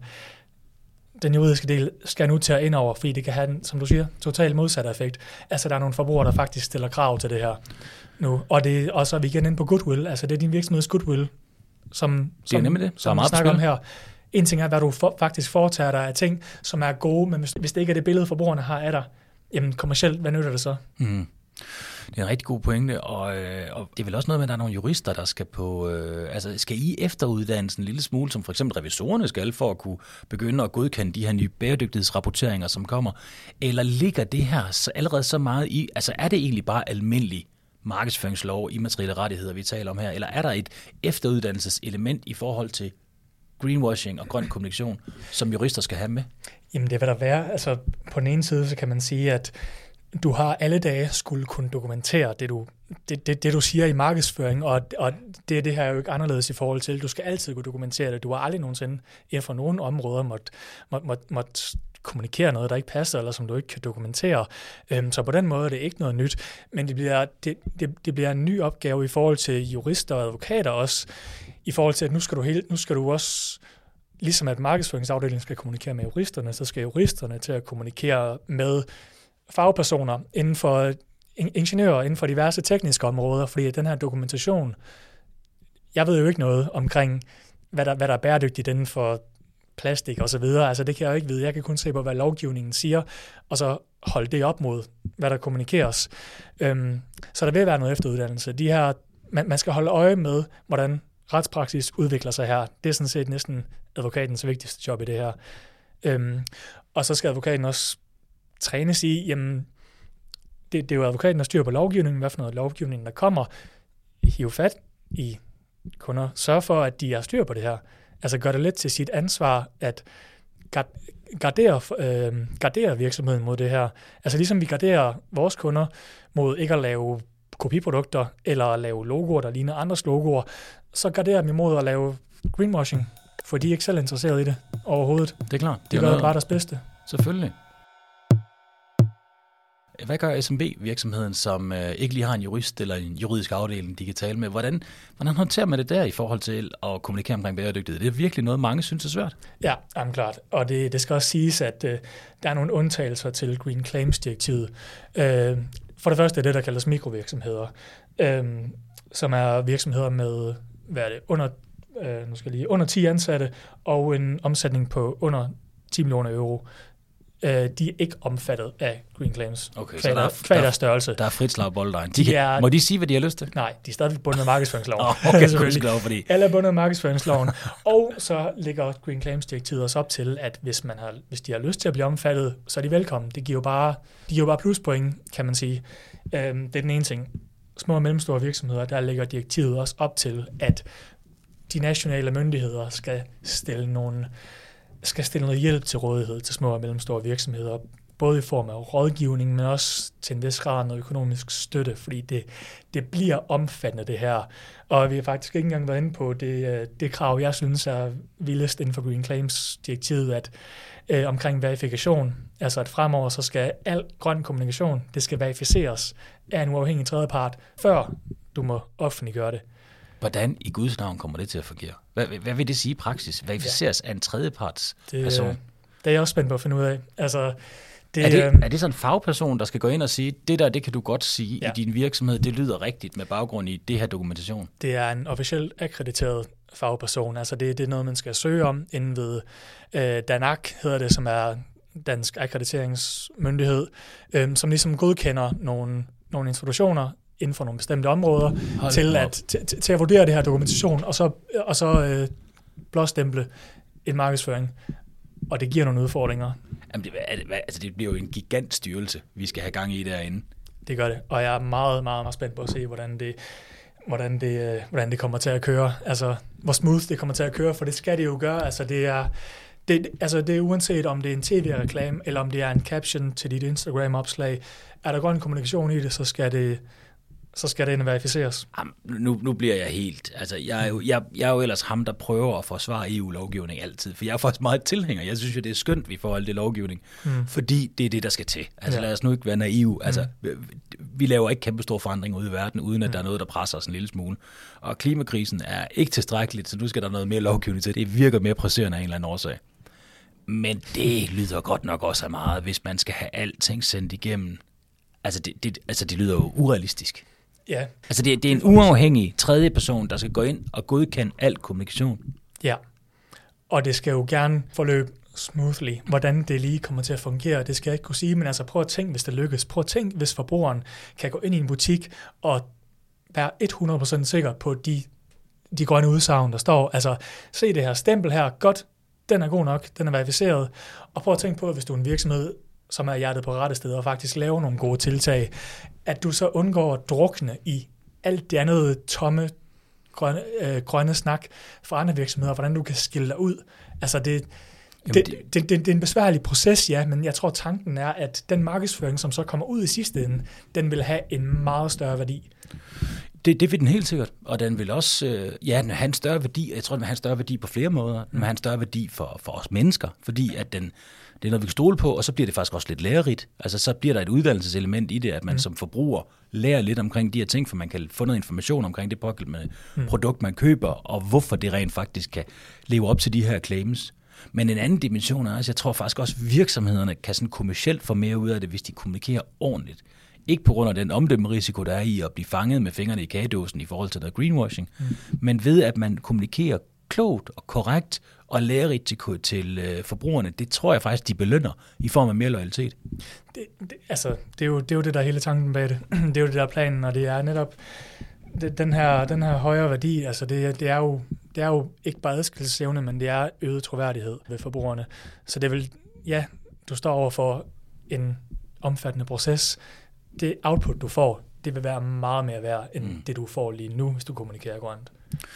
Den juridiske del skal nu tage ind over, fordi det kan have den, som du siger, totalt modsatte effekt. Altså der er nogle forbrugere, der faktisk stiller krav til det her nu. Og det, og så er vi igen inde på goodwill. Altså det er din virksomheds goodwill, som, som, det det. som vi snakker om her. En ting er, hvad du for, faktisk foretager dig af ting, som er gode, men hvis, hvis det ikke er det billede, forbrugerne har af dig, jamen kommercielt, hvad nytter det så? Mm. Det er en rigtig god pointe, og, øh, og det er vel også noget med, at der er nogle jurister, der skal på, øh, altså skal I efteruddannelsen en lille smule, som for eksempel revisorerne skal, for at kunne begynde at godkende de her nye bæredygtighedsrapporteringer, som kommer, eller ligger det her så allerede så meget i, altså er det egentlig bare almindelig markedsføringslov, immaterielle rettigheder, vi taler om her, eller er der et efteruddannelseselement i forhold til greenwashing og grøn kommunikation, som jurister skal have med? Jamen det vil der være, altså på den ene side, så kan man sige, at du har alle dage skulle kunne dokumentere det, du, det, det, det, du siger i markedsføring, og, og det, det her er jo ikke anderledes i forhold til, du skal altid kunne dokumentere det. Du har aldrig nogensinde inden for nogle områder måtte, måtte, måtte, måtte kommunikere noget, der ikke passer, eller som du ikke kan dokumentere. Øhm, så på den måde er det ikke noget nyt, men det bliver, det, det, det bliver en ny opgave i forhold til jurister og advokater også, i forhold til, at nu skal du, helt, nu skal du også, ligesom at markedsføringsafdelingen skal kommunikere med juristerne, så skal juristerne til at kommunikere med fagpersoner inden for ingeniører, inden for diverse tekniske områder, fordi den her dokumentation, jeg ved jo ikke noget omkring, hvad der, hvad der er bæredygtigt inden for plastik og så videre, altså det kan jeg jo ikke vide, jeg kan kun se på, hvad lovgivningen siger, og så holde det op mod, hvad der kommunikeres. Øhm, så der vil være noget efteruddannelse. De her, man, man skal holde øje med, hvordan retspraksis udvikler sig her. Det er sådan set næsten advokatens vigtigste job i det her. Øhm, og så skal advokaten også trænes i, jamen, det, det er jo advokaten, der styrer på lovgivningen, hvad for noget lovgivning, der kommer, hive fat i kunder, sørge for, at de er styr på det her. Altså gør det let til sit ansvar, at gardere, øh, gardere virksomheden mod det her. Altså ligesom vi garderer vores kunder mod ikke at lave kopiprodukter, eller at lave logoer, der ligner andres logoer, så garderer vi mod at lave greenwashing, for de er ikke selv interesseret i det overhovedet. Det er klart. Det, det gør noget... bare deres bedste. Selvfølgelig. Hvad gør S M B-virksomheden, som øh, ikke lige har en jurist eller en juridisk afdeling, de kan tale med? Hvordan, hvordan håndterer man det der i forhold til at kommunikere omkring bæredygtighed? Det er virkelig noget, mange synes er svært. Ja, jamen klart. Og det, det skal også siges, at øh, der er nogle undtagelser til Green Claims-direktivet. Øh, for det første er det, der kaldes mikrovirksomheder, øh, som er virksomheder med hvad er det, under øh, nu skal jeg lige, under ti ansatte og en omsætning på under ti millioner euro. Øh, de er ikke omfattet af Green Claims. Okay, kvad så der er, kvad der, deres størrelse. Der er frit slag bolledejen. De er, må de sige, hvad de har lyst til? Nej, de er stadigvæk bundet af markedsføringsloven. Oh, okay, selvfølgelig. Fordi... Alle er bundet af markedsføringsloven. Og så ligger Green Claims-direktivet også op til, at hvis, man har, hvis de har lyst til at blive omfattet, så er de velkommen. Det giver jo bare, de giver jo bare pluspoint, kan man sige. Øhm, det er den ene ting. Små og mellemstore virksomheder, der ligger direktivet også op til, at de nationale myndigheder skal stille, nogle, skal stille noget hjælp til rådighed til små og mellemstore virksomheder, både i form af rådgivning, men også til en vis grad noget økonomisk støtte, fordi det, det bliver omfattende det her. Og vi har faktisk ikke engang været inde på det, det krav, jeg synes er vildest inden for Green Claims-direktivet, at øh, omkring verifikation, altså at fremover så skal al grøn kommunikation, det skal verificeres af en uafhængig tredjepart, før du må offentliggøre det. Hvordan i Guds navn kommer det til at fungere? Hvad, hvad vil det sige i praksis? Verificeres ja. af en tredjeparts det, person? Det er jeg også spændt på at finde ud af. Altså, det, er, det, er det sådan en fagperson, der skal gå ind og sige, det der, det kan du godt sige ja. i din virksomhed, det lyder rigtigt med baggrund i det her dokumentation? Det er en officielt akkrediteret fagperson. Altså det, det er noget, man skal søge om inden ved øh, DANAC, hedder det, som er Dansk Akkrediteringsmyndighed, øh, som ligesom godkender nogle, nogle institutioner inden for nogle bestemte områder til at, til, til at vurdere det her dokumentation, og så, og så øh, blåstemple en markedsføring. Og det giver nogle udfordringer. Jamen det, altså det bliver jo en gigantstyrelse, vi skal have gang i derinde. Det gør det, og jeg er meget, meget, meget spændt på at se, hvordan det, hvordan det, hvordan det kommer til at køre. Altså, hvor smooth det kommer til at køre, for det skal det jo gøre. Altså, det er, det, altså, det er uanset, om det er en tv-reklame, eller om det er en caption til dit Instagram-opslag. Er der grøn kommunikation i det, så skal det... så skal det verificeres. Jamen, nu, nu bliver jeg helt... Altså, jeg er, jo, jeg, jeg er jo ellers ham, der prøver at forsvare E U-lovgivning altid, for jeg er faktisk meget tilhænger. Jeg synes jo, det er skønt, vi får alt det lovgivning, mm. fordi det er det, der skal til. Altså, ja. lad os nu ikke være naive. Altså, mm. vi laver ikke kæmpe store forandringer ude i verden, uden at mm. der er noget, der presser os en lille smule. Og klimakrisen er ikke tilstrækkeligt, så nu skal der noget mere lovgivning til. Det virker mere presserende af en eller anden årsag. Men det lyder godt nok også af meget, hvis man skal have alting sendt igennem. Altså, det, det, altså, det lyder jo urealistisk. Ja. Altså det, det er en uafhængig tredje person, der skal gå ind og godkende al kommunikation. Ja, og det skal jo gerne forløbe smoothly. Hvordan det lige kommer til at fungere, det skal jeg ikke kunne sige, men altså prøv at tænke, hvis det lykkes. Prøv at tænke, hvis forbrugeren kan gå ind i en butik og være hundrede procent sikker på de, de grønne udsagn, der står. Altså se det her stempel her, godt, den er god nok, den er verificeret. Og prøv at tænke på, at hvis du er en virksomhed, som er hjertet på rette sted, og faktisk laver nogle gode tiltag, at du så undgår at drukne i alt det andet tomme grønne, øh, grønne snak fra andre virksomheder, hvordan du kan skille dig ud. Altså det, Jamen det, det, det, det, det er en besværlig proces, ja, men jeg tror tanken er, at den markedsføring, som så kommer ud i sidste ende, den vil have en meget større værdi. Det, det vil den helt sikkert, og den vil også øh, ja, den have en større værdi. Jeg tror, den vil have en større værdi på flere måder. Den vil have en større værdi for, for os mennesker, fordi at den, det er noget, vi kan stole på, og så bliver det faktisk også lidt lærerigt. Altså så bliver der et uddannelseselement i det, at man mm. som forbruger lærer lidt omkring de her ting, for man kan få noget information omkring det pågældende mm. produkt, man køber, og hvorfor det rent faktisk kan leve op til de her claims. Men en anden dimension er også, jeg tror faktisk også, at virksomhederne kan sådan kommercielt få mere ud af det, hvis de kommunikerer ordentligt. Ikke på grund af den omdømmerisiko, der er i at blive fanget med fingrene i kagedåsen i forhold til noget greenwashing, mm. men ved at man kommunikerer klogt og korrekt og lærerigt til, til øh, forbrugerne, det tror jeg faktisk, de belønner i form af mere loyalitet. Det, det, altså, det er, jo, det er jo det, der er hele tanken bag det. Det er jo det, der er planen, og det er netop det, den, her, den her højere værdi. Altså, det, det, er jo, det er jo ikke bare adskillelsesevne, men det er øget troværdighed ved forbrugerne. Så det vil, ja, du står over for en omfattende proces. Det output, du får, det vil være meget mere værd, end mm. det, du får lige nu, hvis du kommunikerer grønt.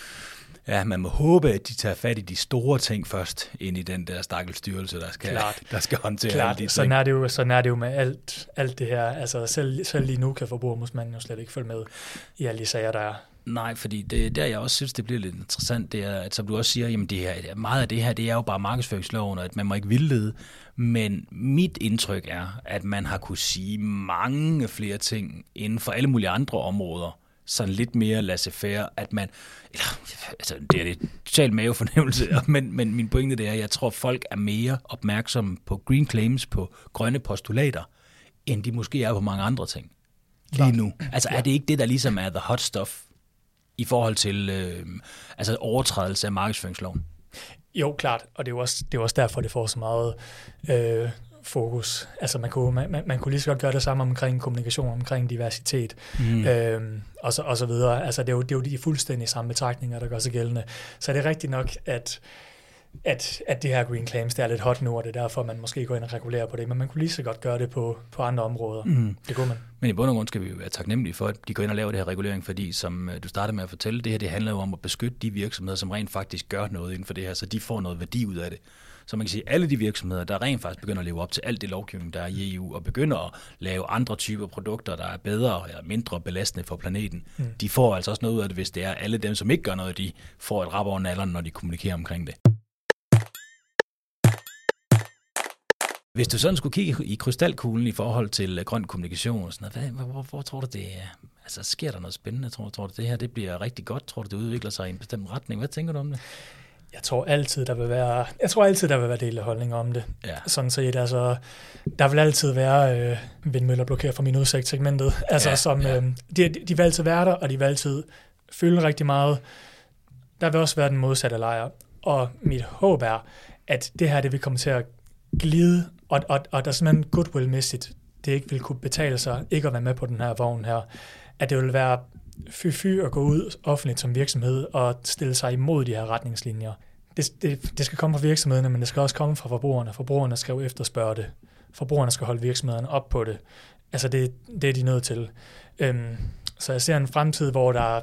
Ja, man må håbe, at de tager fat i de store ting først, ind i den der stakkels styrelse, der skal, der skal håndtere Klart. alle de ting. Sådan er det jo, sådan er det jo med alt, alt det her. Altså selv, selv lige nu kan forbrugerombudsmanden jo slet ikke følge med i alle de sager, der er. Nej, fordi det der, jeg også synes, det bliver lidt interessant, det er, at som du også siger, jamen det her, meget af det her, det er jo bare markedsføringsloven, og at man må ikke vildlede. Men mit indtryk er, at man har kunne sige mange flere ting inden for alle mulige andre områder, sådan lidt mere laissez-faire, at man, eller, altså det er det totalt mavefornemmelse, men, men min pointe det er, at jeg tror, at folk er mere opmærksomme på green claims, på grønne postulater, end de måske er på mange andre ting lige nu. Altså er det ikke det, der ligesom er the hot stuff i forhold til øh, altså overtrædelse af markedsføringsloven? Jo, klart, og det er jo også, det er også derfor, det får så meget øh, fokus. Altså man kunne, man, man kunne lige så godt gøre det samme omkring kommunikation, omkring diversitet mm. øh, og, så, og så videre. Altså det er, jo, det er jo de fuldstændig samme betragtninger, der gør sig gældende. Så er det rigtigt nok, at At, at det her green claims, det er lidt hot nu, og det er derfor, man måske går ind og regulerer på det, men man kunne lige så godt gøre det på, på andre områder. Mm. Det kunne man. Men i bund og grund skal vi jo være taknemmelige for, at de går ind og laver det her regulering, fordi som du startede med at fortælle, det her det handler jo om at beskytte de virksomheder, som rent faktisk gør noget inden for det her, så de får noget værdi ud af det. Så man kan sige, at alle de virksomheder, der rent faktisk begynder at leve op til alt det lovgivning, der er i E U, og begynder at lave andre typer produkter, der er bedre og mindre belastende for planeten, mm. de får altså også noget ud af det, hvis det er alle dem, som ikke gør noget, de får et rap over nalleren, når de kommunikerer omkring det. Hvis du sådan skulle kigge i krystalkuglen i forhold til grøn kommunikation og sådan noget, hvor, hvor, hvor tror du det er? Altså sker der noget spændende? Tror, tror du det her det bliver rigtig godt? Tror du det udvikler sig i en bestemt retning? Hvad tænker du om det? Jeg tror altid der vil være, jeg tror altid der vil være dele holdninger om det. Ja. Sådan set, altså der vil altid være øh, vindmøller blokerer for min udsigtssegmentet. Altså ja, som ja. Øh, de, de vil altid være der, og de vil altid fylde rigtig meget. Der vil også være den modsatte lejr. Og mit håb er, at det her det vil komme til at glide, og, og, og der er simpelthen goodwill-mæssigt, det ikke vil kunne betale sig ikke at være med på den her vogn her, at det vil være fy-fy at gå ud offentligt som virksomhed og stille sig imod de her retningslinjer. Det, det, det skal komme fra virksomhederne, men det skal også komme fra forbrugerne. Forbrugerne skal jo efterspørge det. Forbrugerne skal holde virksomhederne op på det. Altså det, det er de nødt til. Øhm, så jeg ser en fremtid, hvor der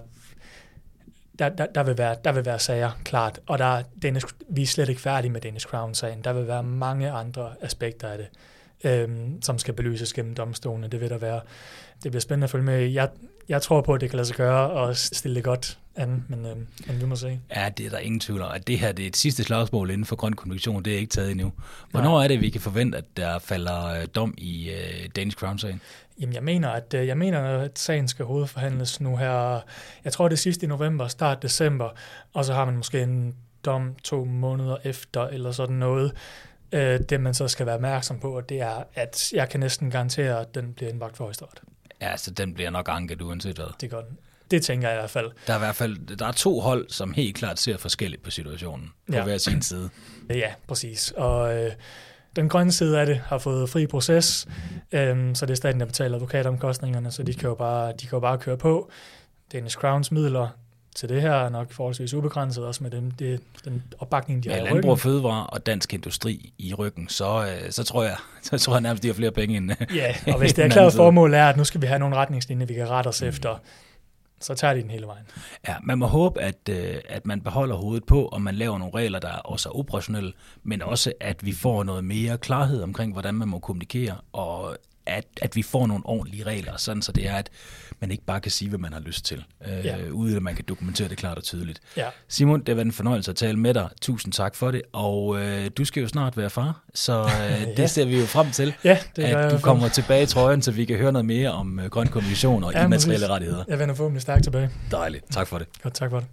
Der, der, der, vil være, der vil være sager, klart. Og der, Danish, vi er slet ikke færdige med Danish Crown-sagen. Der vil være mange andre aspekter af det, øhm, som skal belyses gennem domstolene. Det vil der være. Det bliver spændende at følge med. Jeg, jeg tror på, at det kan lade sig gøre og stille det godt an, men, øhm, men vi må se. Ja, det er der ingen tvivl om. At det her det er et sidste slagsmål inden for grøn kommunikation. Det er ikke taget endnu. Hvornår ja. er det, vi kan forvente, at der falder dom i uh, Danish Crown-sagen? Jamen, jeg mener, at jeg mener, at sagen skal hovedforhandles nu her. Jeg tror, det er sidst i november, start december, og så har man måske en dom to måneder efter, eller sådan noget. Det, man så skal være opmærksom på, det er, at jeg kan næsten garantere, at den bliver indbragt for Højesteret. Ja, så den bliver nok anket uanset hvad. Det gør den. Det tænker jeg i hvert fald. Der er i hvert fald der er to hold, som helt klart ser forskelligt på situationen, på ja. hver sin side. Ja, præcis. Og øh, den grønne side af det har fået fri proces, øhm, så det er staten, der betaler advokatomkostningerne, så de kan jo bare, de kan jo bare køre på. Danish Crowns midler til det her er nok forholdsvis ubegrænset, også med den, det, den opbakning, de har i ryggen. Med Landbrug og Fødevare og Dansk Industri i ryggen, så, så, tror, jeg, så tror jeg nærmest, de har flere penge end ja, og hvis det er klart formål er, at nu skal vi have nogle retningslinjer, vi kan rette os mm. efter, så tager de den hele vejen. Ja, man må håbe, at, at man beholder hovedet på, og man laver nogle regler, der også er operationelle, men også, at vi får noget mere klarhed omkring, hvordan man må kommunikere, og at, at vi får nogle ordentlige regler, sådan så det er, at man ikke bare kan sige, hvad man har lyst til, øh, ja. uden at man kan dokumentere det klart og tydeligt. Ja. Simon, det har været en fornøjelse at tale med dig. Tusind tak for det, og øh, du skal jo snart være far, så øh, ja. det ser vi jo frem til, ja, det at du kommer tilbage i trøjen, så vi kan høre noget mere om øh, grøn kommunikation og ja, immaterielle rettigheder. Jeg vender forhåbentlig stærkt tilbage. Dejligt. Tak for det. Godt, tak for det.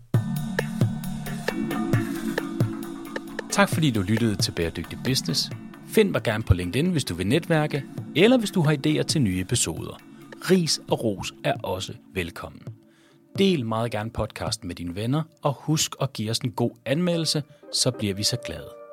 Tak fordi du lyttede til Bæredygtig Business. Find mig gerne på LinkedIn, hvis du vil netværke, eller hvis du har idéer til nye episoder. Ris og ros er også velkommen. Del meget gerne podcasten med dine venner, og husk at give os en god anmeldelse, så bliver vi så glade.